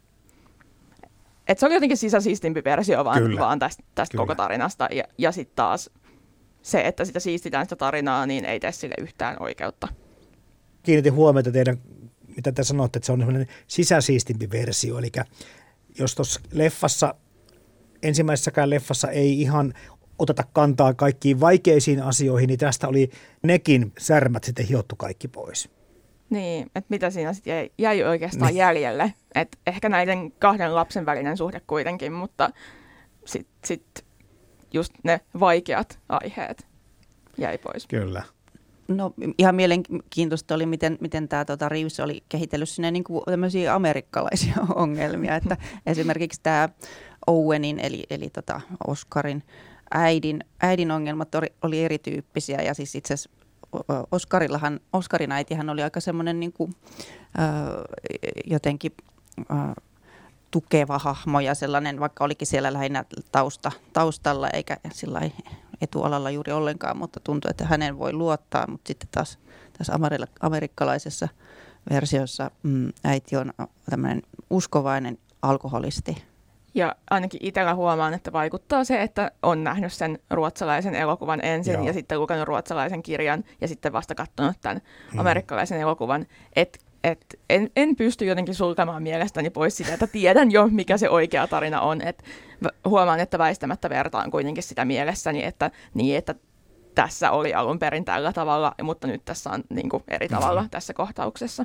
S3: että se oli jotenkin sisäsiistimpi versio vaan, vaan tästä, tästä koko tarinasta ja, ja sitten taas se, että sitä siistitään sitä tarinaa, niin ei tee sille yhtään oikeutta.
S5: Kiinnitin huomiota teidän, mitä te sanotte, että se on sellainen sisäsiistimpi versio, eli jos tuossa leffassa, ensimmäisessäkään leffassa ei ihan oteta kantaa kaikkiin vaikeisiin asioihin, niin tästä oli nekin särmät sitten hiottu kaikki pois.
S3: Niin, että mitä siinä sitten jäi, jäi oikeastaan
S5: niin.
S3: jäljelle. Että ehkä näiden kahden lapsen välinen suhde kuitenkin, mutta sitten sit just ne vaikeat aiheet jäi pois.
S5: Kyllä.
S4: No ihan mielenkiintoista oli, miten, miten tämä tota, Reeves oli kehitellyt sinne niin kuin tämmöisiä amerikkalaisia ongelmia, että esimerkiksi tämä Owenin eli, eli tota Oscarin äidin, äidin ongelmat oli, oli erityyppisiä ja siis itse asiassa Oscarillahan, Oscarin äitihän oli aika semmoinen niin kuin, äh, jotenkin äh, tukeva hahmo ja sellainen, vaikka olikin siellä lähinnä tausta, taustalla eikä sillä etualalla juuri ollenkaan, mutta tuntui, että hänen voi luottaa, mutta sitten taas tässä amerikkalaisessa versiossa mm, äiti on tämmöinen uskovainen alkoholisti.
S3: Ja ainakin itsellä huomaan, että vaikuttaa se, että on nähnyt sen ruotsalaisen elokuvan ensin Joo. ja sitten lukenut ruotsalaisen kirjan ja sitten vasta katsonut tämän hmm. amerikkalaisen elokuvan. Et, et en, en pysty jotenkin sulkemaan mielestäni pois sitä, että tiedän jo, mikä se oikea tarina on. Et huomaan, että väistämättä vertaan kuitenkin sitä mielessäni, että, niin, että tässä oli alun perin tällä tavalla, mutta nyt tässä on niin kuin eri tavalla hmm. tässä kohtauksessa.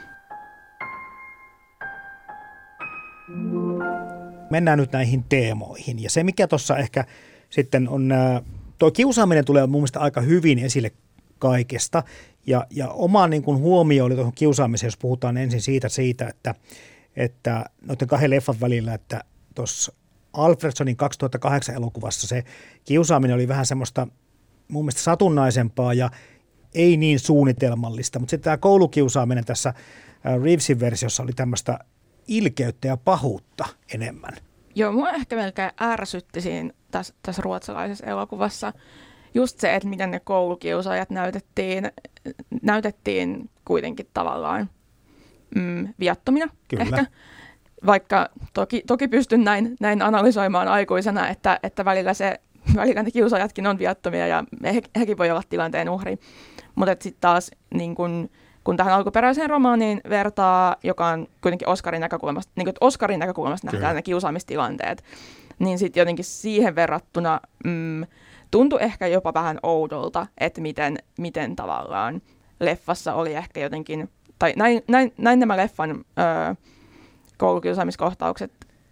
S5: Mennään nyt näihin teemoihin. Ja se, mikä tuossa ehkä sitten on, tuo kiusaaminen tulee mun mielestä aika hyvin esille kaikesta. Ja, ja oma niin kuin huomio oli tuohon kiusaamiseen, jos puhutaan ensin siitä, siitä että, että noiden kahden leffan välillä, että tuossa Alfredsonin kaksituhattakahdeksan elokuvassa se kiusaaminen oli vähän semmoista mun mielestä satunnaisempaa ja ei niin suunnitelmallista. Mutta sitten tämä koulukiusaaminen tässä Reevesin versiossa oli tämmöistä ilkeyttä ja pahuutta enemmän.
S3: Joo, mua ehkä melkein ärsytti siinä tässä, tässä ruotsalaisessa elokuvassa just se, että miten ne koulukiusaajat näytettiin, näytettiin kuitenkin tavallaan mm, viattomina
S5: Kyllä.
S3: ehkä. Vaikka toki, toki pystyn näin, näin analysoimaan aikuisena, että, että välillä, se, välillä ne kiusaajatkin on viattomia ja he, hekin voi olla tilanteen uhri. Mutta sitten taas niin kun, kun tähän alkuperäiseen romaaniin vertaa, joka on kuitenkin Oscarin näkökulmasta, niin kuin Oscarin näkökulmasta nähdään Kyllä. ne kiusaamistilanteet, niin sitten jotenkin siihen verrattuna mm, tuntui ehkä jopa vähän oudolta, että miten, miten tavallaan leffassa oli ehkä jotenkin, tai näin, näin, näin nämä leffan öö, koulukiusaamiskohtaukset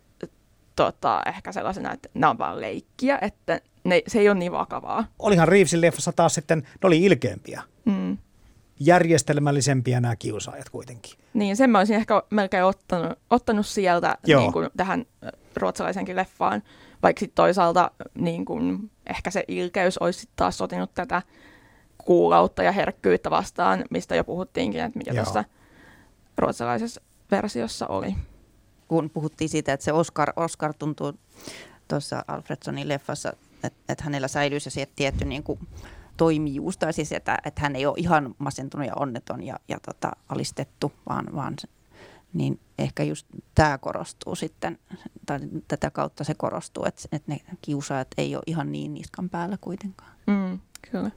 S3: tota, ehkä sellaisena, että nämä on vaan leikkiä, että ne, se ei ole niin vakavaa.
S5: Olihan Reevesin leffassa taas sitten, ne oli ilkeämpiä. Mm. Järjestelmällisempiä nämä kiusaajat kuitenkin.
S3: Niin, sen mä olisin ehkä melkein ottanut, ottanut sieltä niin kuin tähän ruotsalaisenkin leffaan, vaikka sitten toisaalta niin kuin, ehkä se ilkeys olisi sit taas sotinut tätä kuulautta ja herkkyyttä vastaan, mistä jo puhuttiinkin, että mikä tuossa ruotsalaisessa versiossa oli.
S4: Kun puhuttiin siitä, että se Oscar, Oscar tuntuu tuossa Alfredsonin leffassa, että, että hänellä säilyisi se tietty niin kuin toimijuus, tai siis, että, että hän ei ole ihan masentunut ja onneton ja, ja tota, alistettu, vaan, vaan niin ehkä just tämä korostuu sitten, tai tätä kautta se korostuu, että, että ne kiusaajat ei ole ihan niin niskan päällä kuitenkaan.
S3: Mm, kyllä.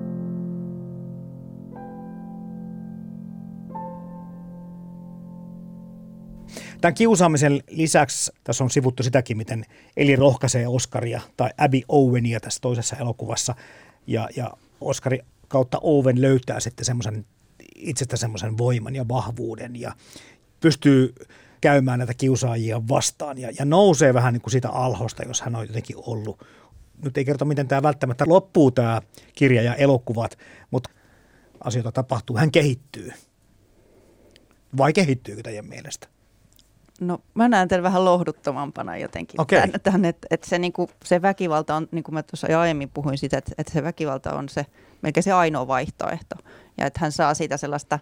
S5: Tämän kiusaamisen lisäksi tässä on sivuttu sitäkin, miten Eli rohkaisee Oscaria tai Abby Owenia tässä toisessa elokuvassa. Ja, ja Oscari kautta Owen löytää sitten semmoisen, itsestä semmoisen voiman ja vahvuuden ja pystyy käymään näitä kiusaajia vastaan ja, ja nousee vähän niin kuin siitä alhosta, jos hän on jotenkin ollut. Nyt ei kerto, miten tämä välttämättä loppuu tämä kirja ja elokuvat, mutta asioita tapahtuu. Hän kehittyy. Vai kehittyykö teidän mielestä?
S4: No mä näen tämän vähän lohduttomampana jotenkin.
S5: Okei.
S4: Tän, tän, että et se, niinku, se väkivalta on, niin kuin mä tuossa jo aiemmin puhuin sitä, että et se väkivalta on se melkein se ainoa vaihtoehto. Ja että hän saa siitä sellaista,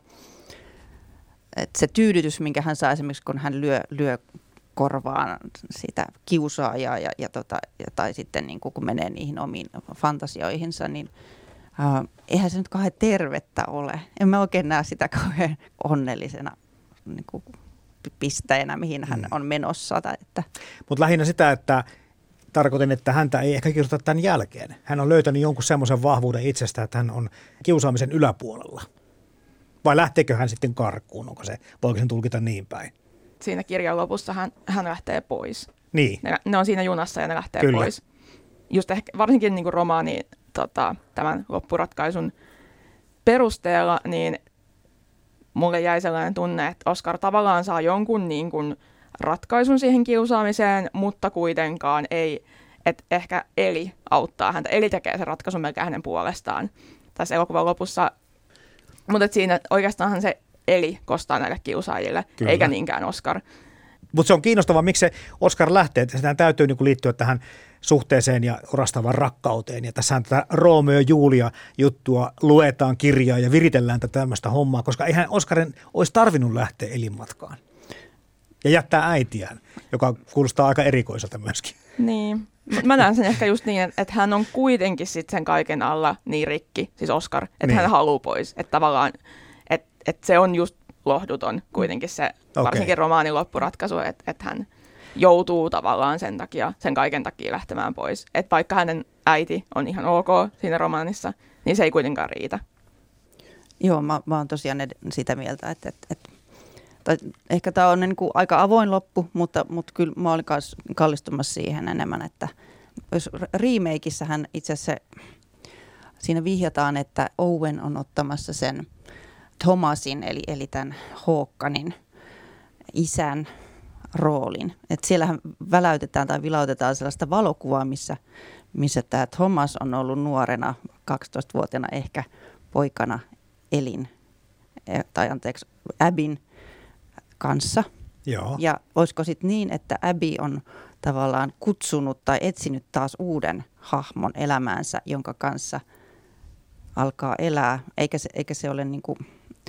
S4: että se tyydytys, minkä hän saa esimerkiksi, kun hän lyö, lyö korvaan sitä kiusaajaa ja, ja tota, ja, tai sitten niin kuin, kun menee niihin omiin fantasioihinsa, niin äh, eihän se nyt kauhean tervettä ole. En mä oikein näe sitä kauhean onnellisena niin kuin pisteenä, mihin hän on menossa. Että.
S5: Mutta lähinnä sitä, että tarkoitin, että häntä ei ehkä kiusata tämän jälkeen. Hän on löytänyt jonkun semmoisen vahvuuden itsestä, että hän on kiusaamisen yläpuolella. Vai lähteekö hän sitten karkuun? Onko se, voiko sen tulkita niin päin?
S3: Siinä kirjan lopussa hän, hän lähtee pois.
S5: Niin.
S3: Ne, ne on siinä junassa ja ne lähtee
S5: Kyllä.
S3: pois. Just ehkä, varsinkin niin kuin romaani tota, tämän loppuratkaisun perusteella, niin mulle jäi sellainen tunne, että Oscar tavallaan saa jonkun niin kuin ratkaisun siihen kiusaamiseen, mutta kuitenkaan ei, että ehkä Eli auttaa häntä. Eli tekee sen ratkaisun melkein hänen puolestaan tässä elokuvan lopussa. Mutta siinä oikeastaan se Eli kostaa näille kiusaajille, Kyllä. eikä niinkään Oscar.
S5: Mutta se on kiinnostavaa, miksi se Oscar lähtee. Sitä täytyy niinku liittyä tähän suhteeseen ja orastavaan rakkauteen. Ja tässähän tätä Romeo ja Julia juttua luetaan kirjaa ja viritellään tätä tämmöistä hommaa, koska eihän Oscarin olisi tarvinnut lähteä elinmatkaan. Ja jättää äitiään, joka kuulostaa aika erikoiselta myöskin.
S3: Niin. Mä näen sen ehkä just niin, että hän on kuitenkin sit sen kaiken alla niin rikki, siis Oscar, että niin. hän haluaa pois. Että tavallaan, että, että se on just lohduton kuitenkin se, okay. varsinkin romaanin loppuratkaisu, että, että hän joutuu tavallaan sen takia, sen kaiken takia lähtemään pois. Että vaikka hänen äiti on ihan ok siinä romaanissa, niin se ei kuitenkaan riitä.
S4: Joo, mä, mä oon tosiaan sitä mieltä, että, että, että tai ehkä tämä on niin kuin aika avoin loppu, mutta, mutta kyllä mä olin kallistumassa siihen enemmän, että jos remakeissähän itse asiassa siinä vihjataan, että Owen on ottamassa sen Thomasin, eli, eli tämän Håkanin isän roolin. Että siellähän väläytetään tai vilautetaan sellaista valokuvaa, missä, missä tämä Thomas on ollut nuorena, kaksitoistavuotiaana ehkä poikana Elin, tai anteeksi, Abin kanssa.
S5: Joo.
S4: Ja olisiko sitten niin, että Abby on tavallaan kutsunut tai etsinyt taas uuden hahmon elämäänsä, jonka kanssa alkaa elää, eikä se, eikä se ole niin kuin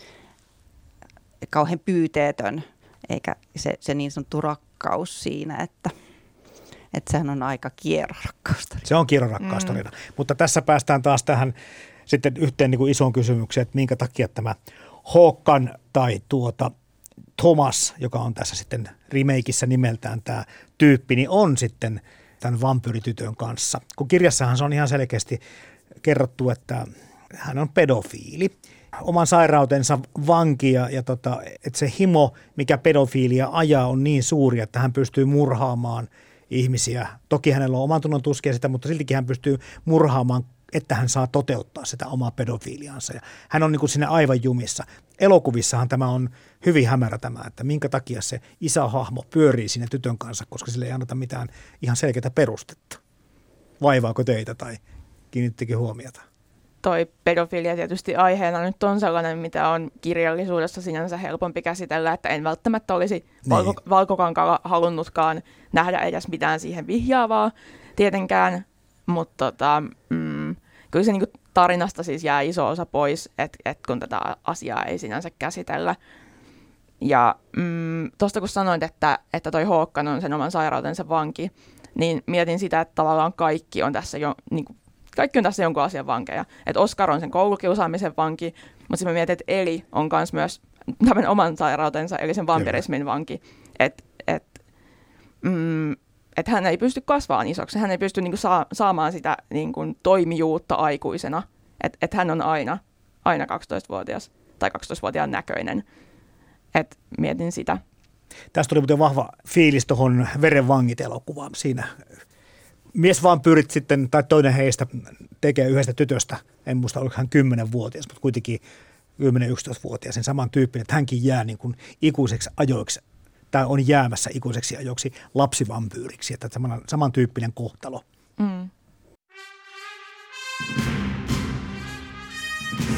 S4: kauhean pyyteetön, eikä se, se niin sanottu rakkaus siinä, että, että sehän on aika kierro rakkaustarina.
S5: Se on kierro rakkaustarina, mm. mutta tässä päästään taas tähän sitten yhteen niin kuin isoon kysymykseen, että minkä takia tämä Håkan tai tuota Thomas, joka on tässä sitten remakeissa nimeltään tämä tyyppi, niin on sitten tämän vampyyritytön kanssa. Kun kirjassahan se on ihan selkeästi kerrottu, että hän on pedofiili, oman sairautensa vanki ja, ja tota, että se himo, mikä pedofiilia ajaa, on niin suuri, että hän pystyy murhaamaan ihmisiä. Toki hänellä on oman tunnon tuskia sitä, mutta siltikin hän pystyy murhaamaan, että hän saa toteuttaa sitä omaa pedofiiliansa. Ja hän on niin kuin siinä aivan jumissa. Elokuvissahan tämä on hyvin hämärä tämä, että minkä takia se isähahmo pyörii siinä tytön kanssa, koska sille ei anneta mitään ihan selkeää perustetta. Vaivaako teitä tai kiinnittikin huomiota?
S3: Toi pedofilia tietysti aiheena nyt on sellainen, mitä on kirjallisuudessa sinänsä helpompi käsitellä, että en välttämättä olisi niin. valko, Valkokankalla halunnutkaan nähdä edes mitään siihen vihjaavaa tietenkään, mutta tota, mm, kyllä se niinku tarinasta siis jää iso osa pois, että et kun tätä asiaa ei sinänsä käsitellä. Ja mm, tuosta kun sanoit, että, että toi Håkan on sen oman sairautensa vanki, niin mietin sitä, että tavallaan kaikki on tässä jo niinku, kaikki on tässä jonkun asian vankeja. Että Oscar on sen koulukiusaamisen vanki, mutta sitten mä mietin, että Eli on kans myös tämän oman sairautensa, eli sen vampirismin vanki. Että et, mm, et hän ei pysty kasvamaan isoksi, hän ei pysty niinku saa, saamaan sitä niinku toimijuutta aikuisena. Että et hän on aina, aina kaksitoistavuotias tai kaksitoistavuotiaan näköinen. Et mietin sitä.
S5: Tästä tuli muuten vahva fiilis tuohon Verenvangit-elokuvaan siinä. Mies vaan pyrit sitten, tai toinen heistä tekee yhdestä tytöstä, en muista oliko hän kymmenvuotias, mutta kuitenkin kymmenen-yksitoistavuotias, sen saman tyyppinen, että hänkin jää niin kuin ikuiseksi ajoiksi, tai on jäämässä ikuiseksi ajoiksi lapsivampyyriksi, että saman, samantyyppinen kohtalo. Mm.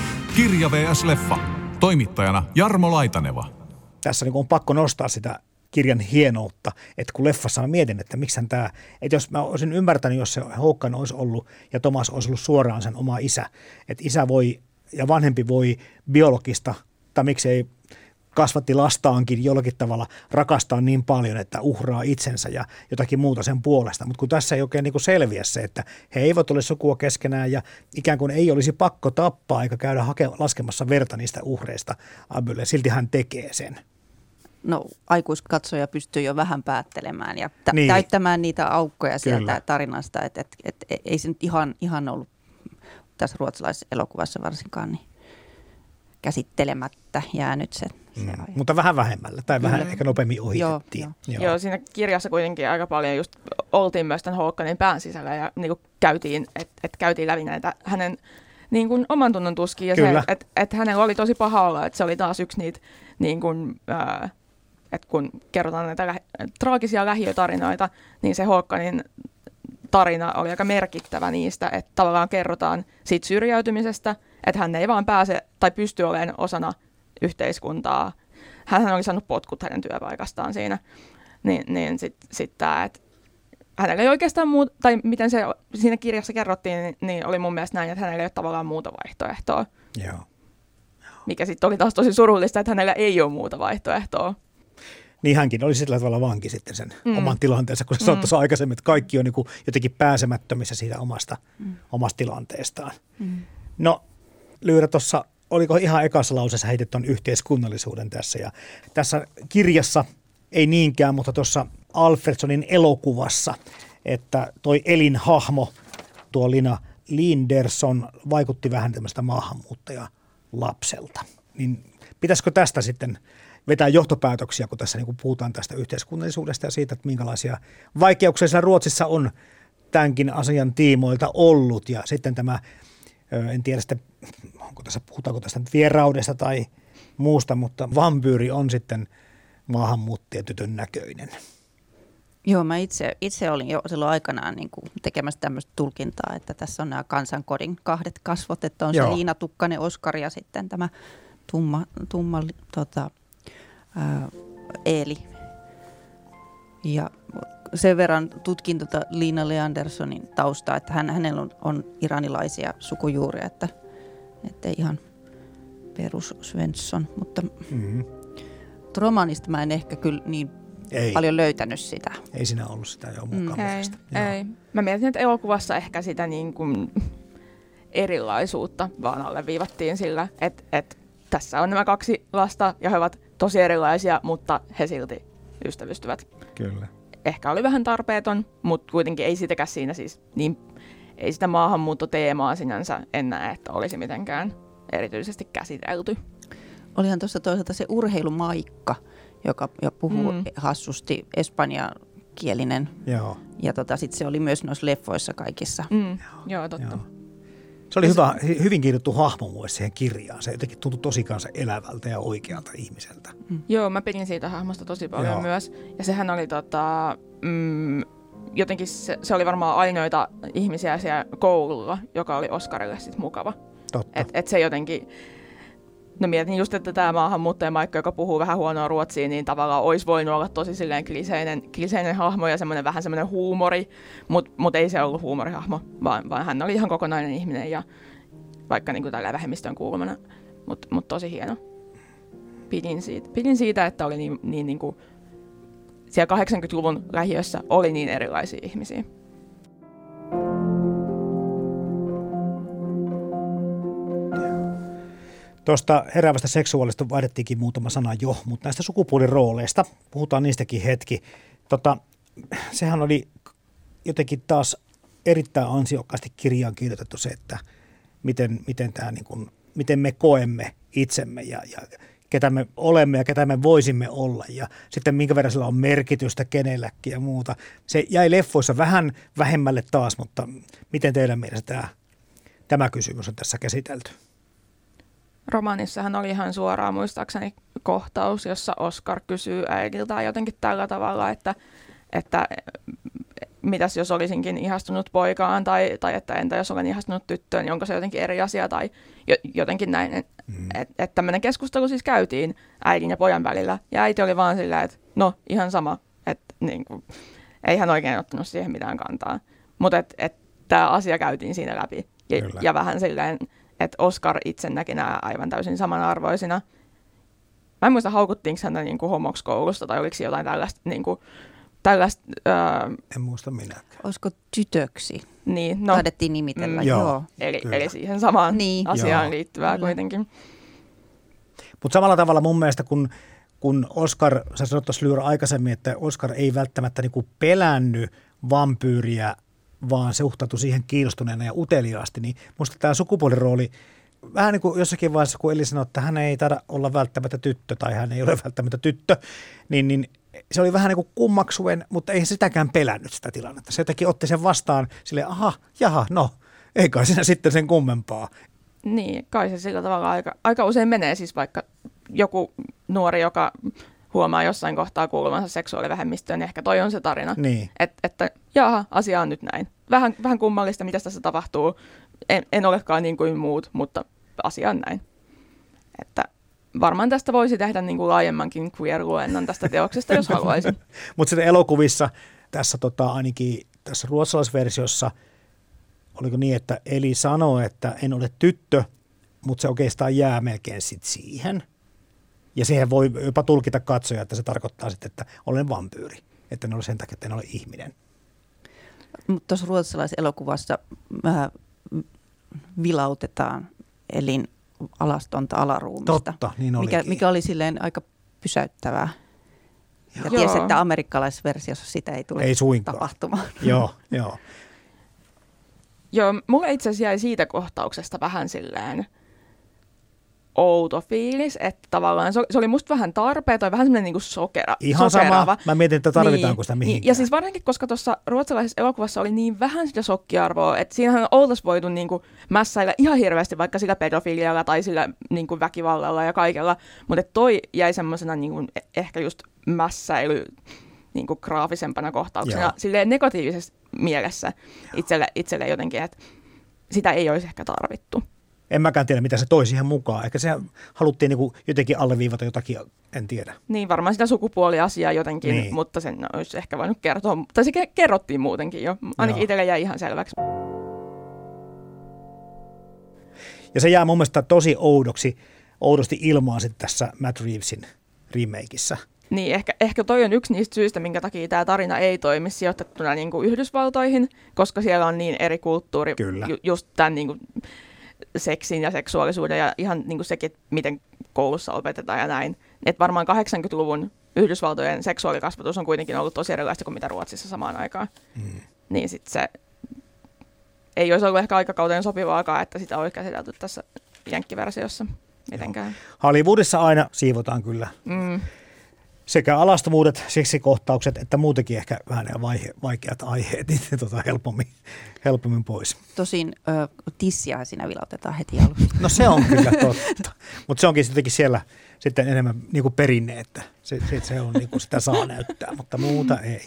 S2: Kirja versus leffa. Toimittajana Jarmo Laitaneva.
S5: Tässä niin on pakko nostaa sitä kirjan hienoutta, että kun leffassa mä mietin, että miksi tämä, että jos mä olisin ymmärtänyt, jos se Håkan olisi ollut ja Thomas olisi ollut suoraan sen oma isä, että isä voi ja vanhempi voi biologista, tai miksei kasvatti lastaankin jollakin tavalla rakastaa niin paljon, että uhraa itsensä ja jotakin muuta sen puolesta. Mutta kun tässä ei oikein niin kuin selviä se, että he eivät ole sukua keskenään ja ikään kuin ei olisi pakko tappaa eikä käydä hake- laskemassa verta niistä uhreista Abylle, silti hän tekee sen.
S4: No aikuiskatsoja pystyy jo vähän päättelemään ja tä-
S5: niin.
S4: täyttämään niitä aukkoja sieltä
S5: Kyllä.
S4: tarinasta, että et, et, ei se nyt ihan, ihan ollut tässä ruotsalaisessa elokuvassa varsinkaan niin käsittelemättä jäänyt se. se
S5: Mm. Mutta vähän vähemmällä tai vähän
S3: Mm.
S5: ehkä nopeammin ohitettiin.
S4: Joo,
S3: Joo. Joo, siinä kirjassa kuitenkin aika paljon just oltiin myös tämän Håkanin pään sisällä ja niin kuin käytiin, että et käytiin läpi näitä hänen niin kuin oman tunnon tuskia ja se, että et hänellä oli tosi paha olla, että se oli taas yksi niitä, niin kuin, ää, että kun kerrotaan näitä lähi- traagisia lähiötarinoita, niin se Håkanin tarina oli aika merkittävä niistä, että tavallaan kerrotaan siitä syrjäytymisestä, että hän ei vaan pääse tai pysty olemaan osana yhteiskuntaa. Hän oli saanut potkut hänen työpaikastaan siinä. Niin, niin sitten sit tämä, että hänellä ei oikeastaan muuta, tai miten se siinä kirjassa kerrottiin, niin, niin oli mun mielestä näin, että hänellä ei ole tavallaan muuta vaihtoehtoa.
S5: Joo.
S3: Mikä sitten oli taas tosi surullista, että hänellä ei ole muuta vaihtoehtoa.
S5: Niin hänkin oli sillä tavalla vanki sitten sen
S3: Mm.
S5: oman tilanteensa, kun se sanoi tuossa aikaisemmin, että kaikki on niin kuin jotenkin pääsemättömissä siitä omasta, mm. omasta tilanteestaan. Mm. No Lyyrä tuossa, oliko ihan ekassa lauseessa heitet tuon yhteiskunnallisuuden tässä. Ja tässä kirjassa ei niinkään, mutta tuossa Alfredsonin elokuvassa, että toi elinhahmo, tuo Lina Linderson, vaikutti vähän tämmöistä maahanmuuttajalapselta. Niin pitäisikö tästä sitten vetää johtopäätöksiä, kun tässä niin puhutaan tästä yhteiskunnallisuudesta ja siitä, että minkälaisia vaikeuksia siellä Ruotsissa on tämänkin asian tiimoilta ollut. Ja sitten tämä, en tiedä sitten, onko tässä, puhutaanko tästä nyt vieraudesta tai muusta, mutta vampyyri on sitten maahanmuuttajatytön näköinen.
S4: Joo, mä itse, itse olin jo silloin aikanaan niin kuin tekemässä tämmöistä tulkintaa, että tässä on nämä kansankodin kahdet kasvot, että on Joo. se Liina Tukkanen, Oskari ja sitten tämä tumma, tumma tota, ää, Eeli. Ja sen verran tutkin tota Liina Leanderssonin taustaa, että hän, hänellä on, on iranilaisia sukujuuria, että, että ihan perus Svensson, mutta mm-hmm. romaanista mä en ehkä kyllä niin ei. paljon löytänyt sitä.
S5: Ei siinä ollut sitä jo mukaan.
S3: Mm, ei, ei. Mä mietin, että elokuvassa ehkä sitä niin kuin erilaisuutta vaan alleviivattiin sillä, että, että tässä on nämä kaksi lasta ja he ovat tosi erilaisia, mutta he silti ystävystyvät.
S5: Kyllä.
S3: Ehkä oli vähän tarpeeton, mutta kuitenkin ei sitäkään siinä siis, niin ei sitä maahanmuuttoteemaa sinänsä en näe, että olisi mitenkään erityisesti käsitelty.
S4: Olihan tuossa toisaalta se urheilumaikka, joka jo puhuu mm. hassusti espanjankielinen. Joo. Ja tota, sitten se oli myös noissa leffoissa kaikissa.
S3: Mm. Joo. Joo, totta. Joo.
S5: Se oli hyvä, hyvin kirjoittu hahmo mulle siihen kirjaan. Se jotenkin tuntui tosi kanssa elävältä ja oikealta ihmiseltä.
S3: Mm. Joo, mä pidin siitä hahmosta tosi paljon Joo. myös. Ja sehän oli tota, mm, jotenkin se, se oli varmaan ainoita ihmisiä siellä koululla, joka oli Oskarille sit mukava.
S5: Totta.
S3: Et, et se jotenkin, no mietin just, että tämä maahanmuuttajamaikka, joka puhuu vähän huonoa ruotsia, niin tavallaan olisi voinut olla tosi silleen kliseinen, kliseinen hahmo ja semmoinen vähän semmoinen huumori, mutta mut ei se ollut huumorihahmo, vaan, vaan hän oli ihan kokonainen ihminen ja vaikka niin kuin tällä vähemmistön kuulumana, mutta mut tosi hieno. Pidin siitä, pidin siitä että oli niin, niin, niin kuin, siellä kahdeksankymmentäluvun lähiössä oli niin erilaisia ihmisiä.
S5: Tuosta heräävästä seksuaalista vaihdettiinkin muutama sana jo, mutta näistä sukupuolirooleista, puhutaan niistäkin hetki. Tota, sehän oli jotenkin taas erittäin ansiokkaasti kirjaan kirjoitettu se, että miten, miten, tämä, niin kuin, miten me koemme itsemme ja, ja ketä me olemme ja ketä me voisimme olla ja sitten minkä verran sillä on merkitystä kenelläkin ja muuta. Se jäi leffoissa vähän vähemmälle taas, mutta miten teidän mielestä tämä, tämä kysymys on tässä käsitelty?
S3: Romaanissahan oli ihan suoraan muistaakseni kohtaus, jossa Oskar kysyy äidiltään jotenkin tällä tavalla, että, että mitäs jos olisinkin ihastunut poikaan, tai, tai että entä jos olen ihastunut tyttöön, niin onko se jotenkin eri asia, tai jo, jotenkin näin. Mm. Että et tämmöinen keskustelu siis käytiin äidin ja pojan välillä, ja äiti oli vaan silleen, että no ihan sama, että niin kuin, ei hän oikein ottanut siihen mitään kantaa. Mutta että et, tämä asia käytiin siinä läpi, ja, ja vähän silleen, että Oscar itse näki nämä aivan täysin samanarvoisina. Mä en muista, haukuttiinko häntä niin kuin homoksi koulusta, tai oliko jotain tällaista, niin kuin, tällaista öö,
S5: en muista minäkään.
S4: Olisiko tytöksi?
S3: Niin, no,
S4: taidettiin nimitellä,
S3: mm,
S4: joo.
S3: joo. Eli, eli siihen samaan
S4: niin.
S3: asiaan
S5: joo.
S3: liittyvää
S4: Kyllä.
S3: kuitenkin.
S5: Mutta samalla tavalla mun mielestä, kun, kun Oscar, sä sanoit tuossa Lyra aikaisemmin, että Oscar ei välttämättä niinku pelännyt vampyyriä, vaan se suhtautui siihen kiinnostuneena ja uteliaasti, niin musta tämä sukupuolirooli, vähän niin kuin jossakin vaiheessa, kun Eli sanoi, että hän ei taida olla välttämättä tyttö tai hän ei ole välttämättä tyttö, niin, niin se oli vähän niin kuin kummaksuen, mutta ei sitäkään pelännyt sitä tilannetta. Se jotenkin otti sen vastaan silleen, aha, jaha, no, ei kai siinä sitten sen kummempaa.
S3: Niin, kai se sillä tavalla aika, aika usein menee siis vaikka joku nuori, joka huomaa jossain kohtaa kuuluvansa seksuaalivähemmistöön, niin ehkä toi on se tarina.
S5: Niin.
S3: Et, että jaha, asia on nyt näin. Vähän, vähän kummallista, mitä tässä tapahtuu. En, en olekaan niin kuin muut, mutta asia on näin. Että varmaan tästä voisi tehdä niin kuin laajemmankin queer-luennon tästä teoksesta, jos haluaisin.
S5: Mutta sitten elokuvissa, tässä tota, ainakin tässä ruotsalaisversiossa, oliko niin, että Eli sanoo, että en ole tyttö, mutta se oikeastaan jää melkein sit siihen. Ja siihen voi jopa tulkita katsoja, että se tarkoittaa sitten, että olen vampyyri. Että en ole sen takia, että en ole ihminen.
S4: Mutta tuossa ruotsalaiselokuvassa äh, vilautetaan Elin alastonta alaruumista.
S5: Totta, niin olikin.
S4: Mikä, mikä oli silleen aika pysäyttävää. Ja
S3: Joo.
S4: tiesi, että amerikkalaisversiossa sitä ei tule
S5: Ei suinkaan.
S4: tapahtumaan.
S5: Joo, joo.
S3: Joo, mulle itse asiassa jäi siitä kohtauksesta vähän silleen outo fiilis, että tavallaan se, se oli musta vähän tarpeeton, vähän semmoinen niinku sokera,
S5: Ihan
S3: sokerava.
S5: sama. Mä mietin, että tarvitaanko
S3: niin,
S5: sitä mihinkään.
S3: Ja siis varsinkin, koska tuossa ruotsalaisessa elokuvassa oli niin vähän sitä shokkiarvoa, että siinähän oltaisiin voitu niinku mässäillä ihan hirveästi vaikka sillä pedofilialla tai sillä niinku väkivallalla ja kaikella, mutta toi jäi semmoisena niinku ehkä just mässäily niinku graafisempana kohtauksena,
S5: Joo.
S3: silleen negatiivisessa mielessä itselle, itselle jotenkin, että sitä ei olisi ehkä tarvittu.
S5: En mäkään tiedä, mitä se toi siihen mukaan. Ehkä se haluttiin niinku jotenkin alleviivata jotakin, en tiedä.
S3: Niin, varmaan sitä sukupuoliasiaa jotenkin,
S5: Niin.
S3: mutta sen olisi ehkä voinut kertoa. Tai se ke- kerrottiin muutenkin jo. Ainakin
S5: Joo.
S3: itselle jäi ihan selväksi.
S5: Ja se jää mun mielestä tosi oudoksi, oudosti ilmaan sitten tässä Matt Reevesin remakeissa.
S3: Niin, ehkä, ehkä toi on yksi niistä syistä, minkä takia tämä tarina ei toimi sijoitettuna niin kuin Yhdysvaltoihin, koska siellä on niin eri kulttuuri.
S5: Kyllä.
S3: Ju- just tämän niin kuin seksin ja seksuaalisuuden ja ihan niin kuin sekin, että miten koulussa opetetaan ja näin. Et varmaan kahdeksankymmentäluvun Yhdysvaltojen seksuaalikasvatus on kuitenkin ollut tosi erilaista kuin mitä Ruotsissa samaan aikaan. Hmm. Niin sitten se ei olisi ollut ehkä aikakauteen sopivaakaan, että sitä olisi käsitelty tässä jenkkiversiossa mitenkään.
S5: Hollywoodissa aina siivotaan kyllä
S3: Mm.
S5: sekä alastomuudet, seksikohtaukset, että muutenkin ehkä vähän vaihe, vaikeat aiheet, niin tota helpommin, helpommin pois.
S4: Tosin ö, tissiä siinä vilautetaan heti alussa.
S5: No se on kyllä totta, mutta se onkin jotenkin siellä sitten enemmän niin kuin perinne, että se, se, se on niin kuin sitä saa näyttää, mutta muuta ei.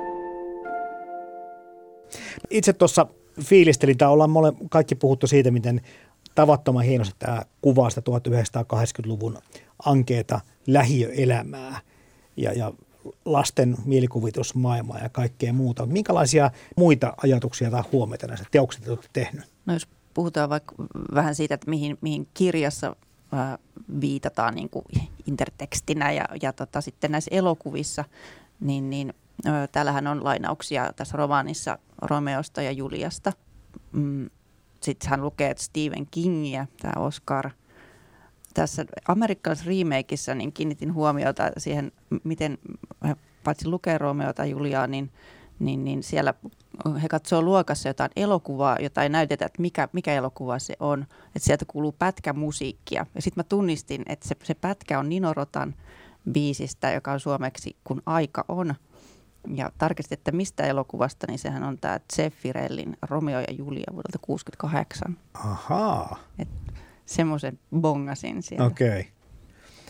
S5: Itse tuossa fiilistelin, tai ollaan mole, kaikki puhuttu siitä, miten tavattoman hienosti tämä kuvaa sitä tuhatyhdeksänsataakahdeksankymmentäluvun ankeeta lähiöelämää ja, ja lasten mielikuvitusmaailmaa ja kaikkea muuta. Minkälaisia muita ajatuksia tai huomioita näistä teoksista olette tehnyt?
S4: No jos puhutaan vaikka vähän siitä, että mihin, mihin kirjassa ää, viitataan niin kuin intertekstinä ja, ja tota, sitten näissä elokuvissa, niin, niin ää, täällähän on lainauksia tässä romaanissa Romeosta ja Juliasta. Mm, sitten hän lukee että Stephen Kingiä, tämä Oscar. Tässä amerikkalaisessa remakeissa niin kiinnitin huomiota siihen, miten paitsi lukee Romeota ja Juliaa, niin, niin, niin siellä he katsoo luokassa jotain elokuvaa, jota ei näytetä, että mikä, mikä elokuva se on. Että sieltä kuuluu pätkä musiikkia. Ja sitten mä tunnistin, että se, se pätkä on Nino Rotan biisistä, joka on suomeksi Kun aika on. Ja tarkistin, että mistä elokuvasta, niin sehän on tämä Zeffirellin Romeo ja Julia vuodelta kuusikymmentäkahdeksan.
S5: Ahaa.
S4: Semmoisen bongasin siellä.
S5: Okei. Okay.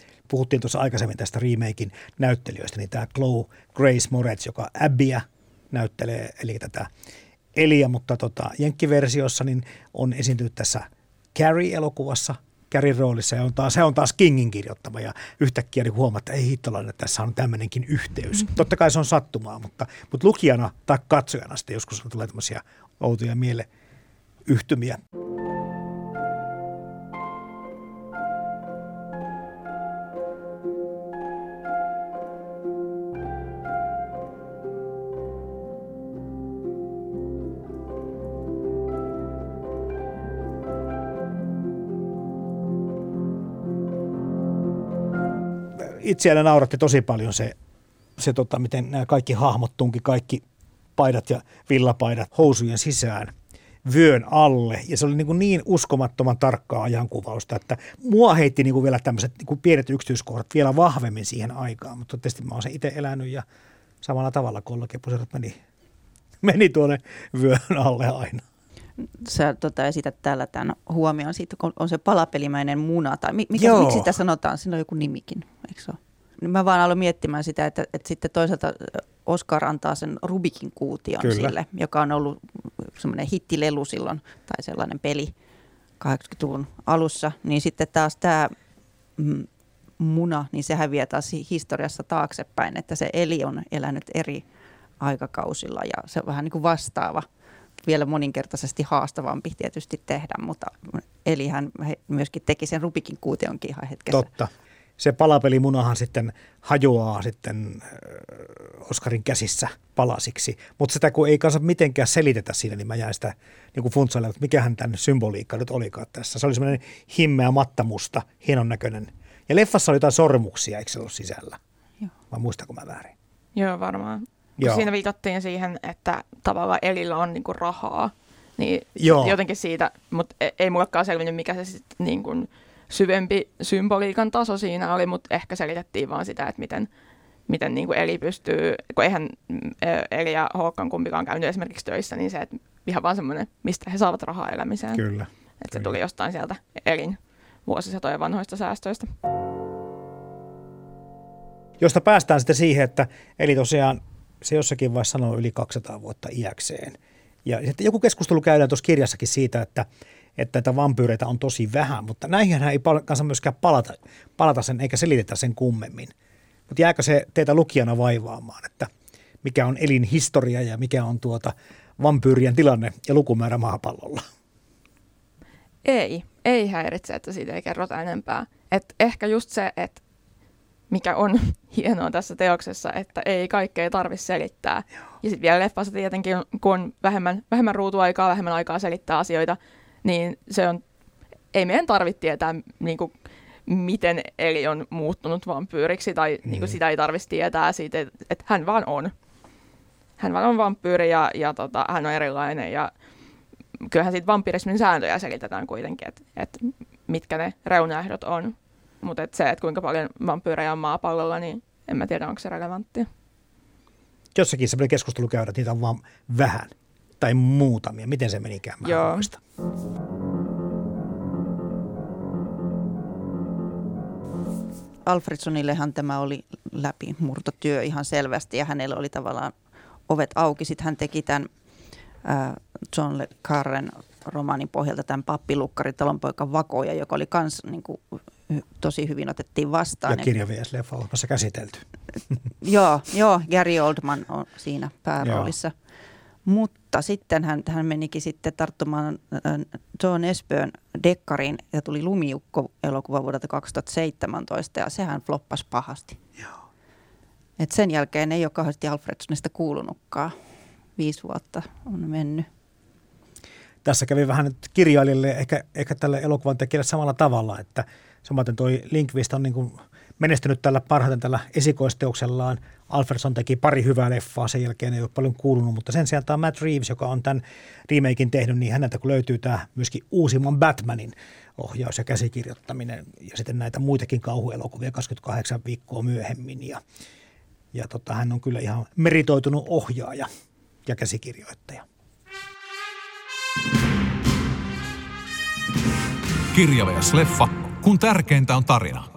S5: Puhuttiin tuossa aikaisemmin tästä remakein näyttelijöistä, niin tämä Chloe Grace Moretz, joka Abbyä näyttelee eli tätä Eliä, mutta tota, jenkkiversiossa niin on esiintynyt tässä Carrie-elokuvassa, Carrien roolissa, ja on taas, se on taas Kingin kirjoittama, ja yhtäkkiä niin huomaa, että ei hittolainen, että tässä on tämmöinenkin yhteys. Mm. Totta kai se on sattumaa, mutta, mutta lukijana tai katsojana sitten joskus tulee tämmöisiä outoja mieleyhtymiä. Itseäni nauratti tosi paljon se, se tota, miten nämä kaikki hahmot tunki kaikki paidat ja villapaidat housujen sisään vyön alle. Ja se oli niin, kuin niin uskomattoman tarkkaa ajankuvausta, että mua heitti niin kuin vielä tämmöiset niin kuin pienet yksityiskohdat vielä vahvemmin siihen aikaan. Mutta tietysti mä oon sen itse elänyt ja samalla tavalla kollakepuserot meni, meni tuonne vyön alle aina.
S4: Sä tota, esität täällä tämän huomioon, siitä kun on se palapelimäinen muna, tai mikä, miksi sitä sanotaan, siinä on joku nimikin, eikö se ole? Mä vaan aloin miettimään sitä, että, että sitten toisaalta Oscar antaa sen Rubikin kuution Kyllä. sille, joka on ollut semmoinen hittilelu silloin, tai sellainen peli kahdeksankymmentäluvun alussa, niin sitten taas tämä mm, muna, niin se häviää taas historiassa taaksepäin, että se Eli on elänyt eri aikakausilla, ja se on vähän niin kuin vastaava. Vielä moninkertaisesti haastavampi tietysti tehdä, mutta eli hän myöskin teki sen Rubikin kuutionkin ihan hetkessä.
S5: Totta. Se palapelimunahan sitten hajoaa sitten Oscarin käsissä palasiksi, mutta sitä kun ei kanssa mitenkään selitetä siinä, niin mä jäin sitä niin funtsailemaan, että mikähän tämän symboliikka nyt olikaan tässä. Se oli semmoinen himmeä mattamusta, hienon näköinen. Ja leffassa oli jotain sormuksia, eikö se ollut sisällä? Joo. Vai muistanko mä väärin?
S3: Joo, varmaan. Siinä viitattiin siihen, että tavallaan Elillä on niinku rahaa, niin Joo. jotenkin siitä, mutta ei mullekaan selvinnyt, mikä se sitten niinku syvempi symboliikan taso siinä oli, mutta ehkä selitettiin vaan sitä, että miten, miten niinku Eli pystyy, kun eihän Eli ja Håkan kumpikaan käynyt esimerkiksi töissä, niin se, että ihan vaan semmoinen, mistä he saavat rahaa elämiseen.
S5: Kyllä.
S3: Että se tuli jostain sieltä Elin vuosisatojen vanhoista säästöistä.
S5: Josta päästään sitten siihen, että Eli tosiaan se jossakin vaiheessa sanoo yli kaksisataa vuotta iäkseen. Ja sitten joku keskustelu käydään tuossa kirjassakin siitä, että, että näitä vampyyreitä on tosi vähän, mutta näihin ei kanssa myöskään palata, palata sen eikä selitetä sen kummemmin. Mutta jääkö se teitä lukijana vaivaamaan, että mikä on Elin historia ja mikä on tuota vampyyrien tilanne ja lukumäärä maapallolla?
S3: Ei, ei häiritse, että siitä ei kerrota enempää. Et ehkä just se, että mikä on hienoa tässä teoksessa, että ei kaikkea tarvitse selittää. Joo. Ja sitten vielä leffassa tietenkin, kun on vähemmän, vähemmän ruutuaikaa, vähemmän aikaa selittää asioita, niin se on, ei meidän tarvitse tietää, niin kuin, miten Eli on muuttunut vampyyriksi, tai mm. niin kuin, sitä ei tarvitse tietää siitä, että, että hän vaan on. Hän vaan on vampyyri ja, ja tota, hän on erilainen, ja kyllähän siitä vampyyrismin sääntöjä selitetään kuitenkin, että, että mitkä ne reunaehdot on. Mutta et se, että kuinka paljon vampyyrejä on maapallolla, niin en mä tiedä, onko se relevanttia.
S5: Jossakin semmoinen keskustelu käydään, että niitä on vaan vähän tai muutamia. Miten se menikään? Mä
S3: Joo.
S5: muista.
S4: Alfredsonillehan tämä oli läpimurtotyö ihan selvästi ja hänellä oli tavallaan ovet auki. Sitten hän teki tämän äh, John le Carren romaanin pohjalta tämän pappilukkari talonpoika vakoja, joka oli myös niin kuin, tosi hyvin otettiin vastaan.
S5: Ja kirja V S-leffa on käsitelty.
S4: joo, joo, Gary Oldman on siinä pääroolissa. Joo. Mutta sitten hän, hän menikin sitten tarttumaan John Esbön dekkariin ja tuli Lumiukko-elokuva vuodelta kaksituhattaseitsemäntoista ja sehän floppasi pahasti.
S5: Joo.
S4: Et sen jälkeen ei ole kauheasti Alfredsonista kuulunutkaan. Viisi vuotta on mennyt.
S5: Tässä kävi vähän nyt kirjailijalle ehkä, ehkä tälle elokuvan tekijälle samalla tavalla, että samaten toi Lindqvist on niin kuin menestynyt tällä parhaiten tällä esikoisteoksellaan. Alfredson teki pari hyvää leffaa, sen jälkeen ei ole paljon kuulunut, mutta sen sijaan tämä Matt Reeves, joka on tämän remakein tehnyt, niin häneltä kun löytyy tämä myöskin uusimman Batmanin ohjaus ja käsikirjoittaminen ja sitten näitä muitakin kauhuelokuvia kaksikymmentäkahdeksan viikkoa myöhemmin ja, ja tota, hän on kyllä ihan meritoitunut ohjaaja ja käsikirjoittaja.
S2: Kirja vs. leffa, kun tärkeintä on tarina.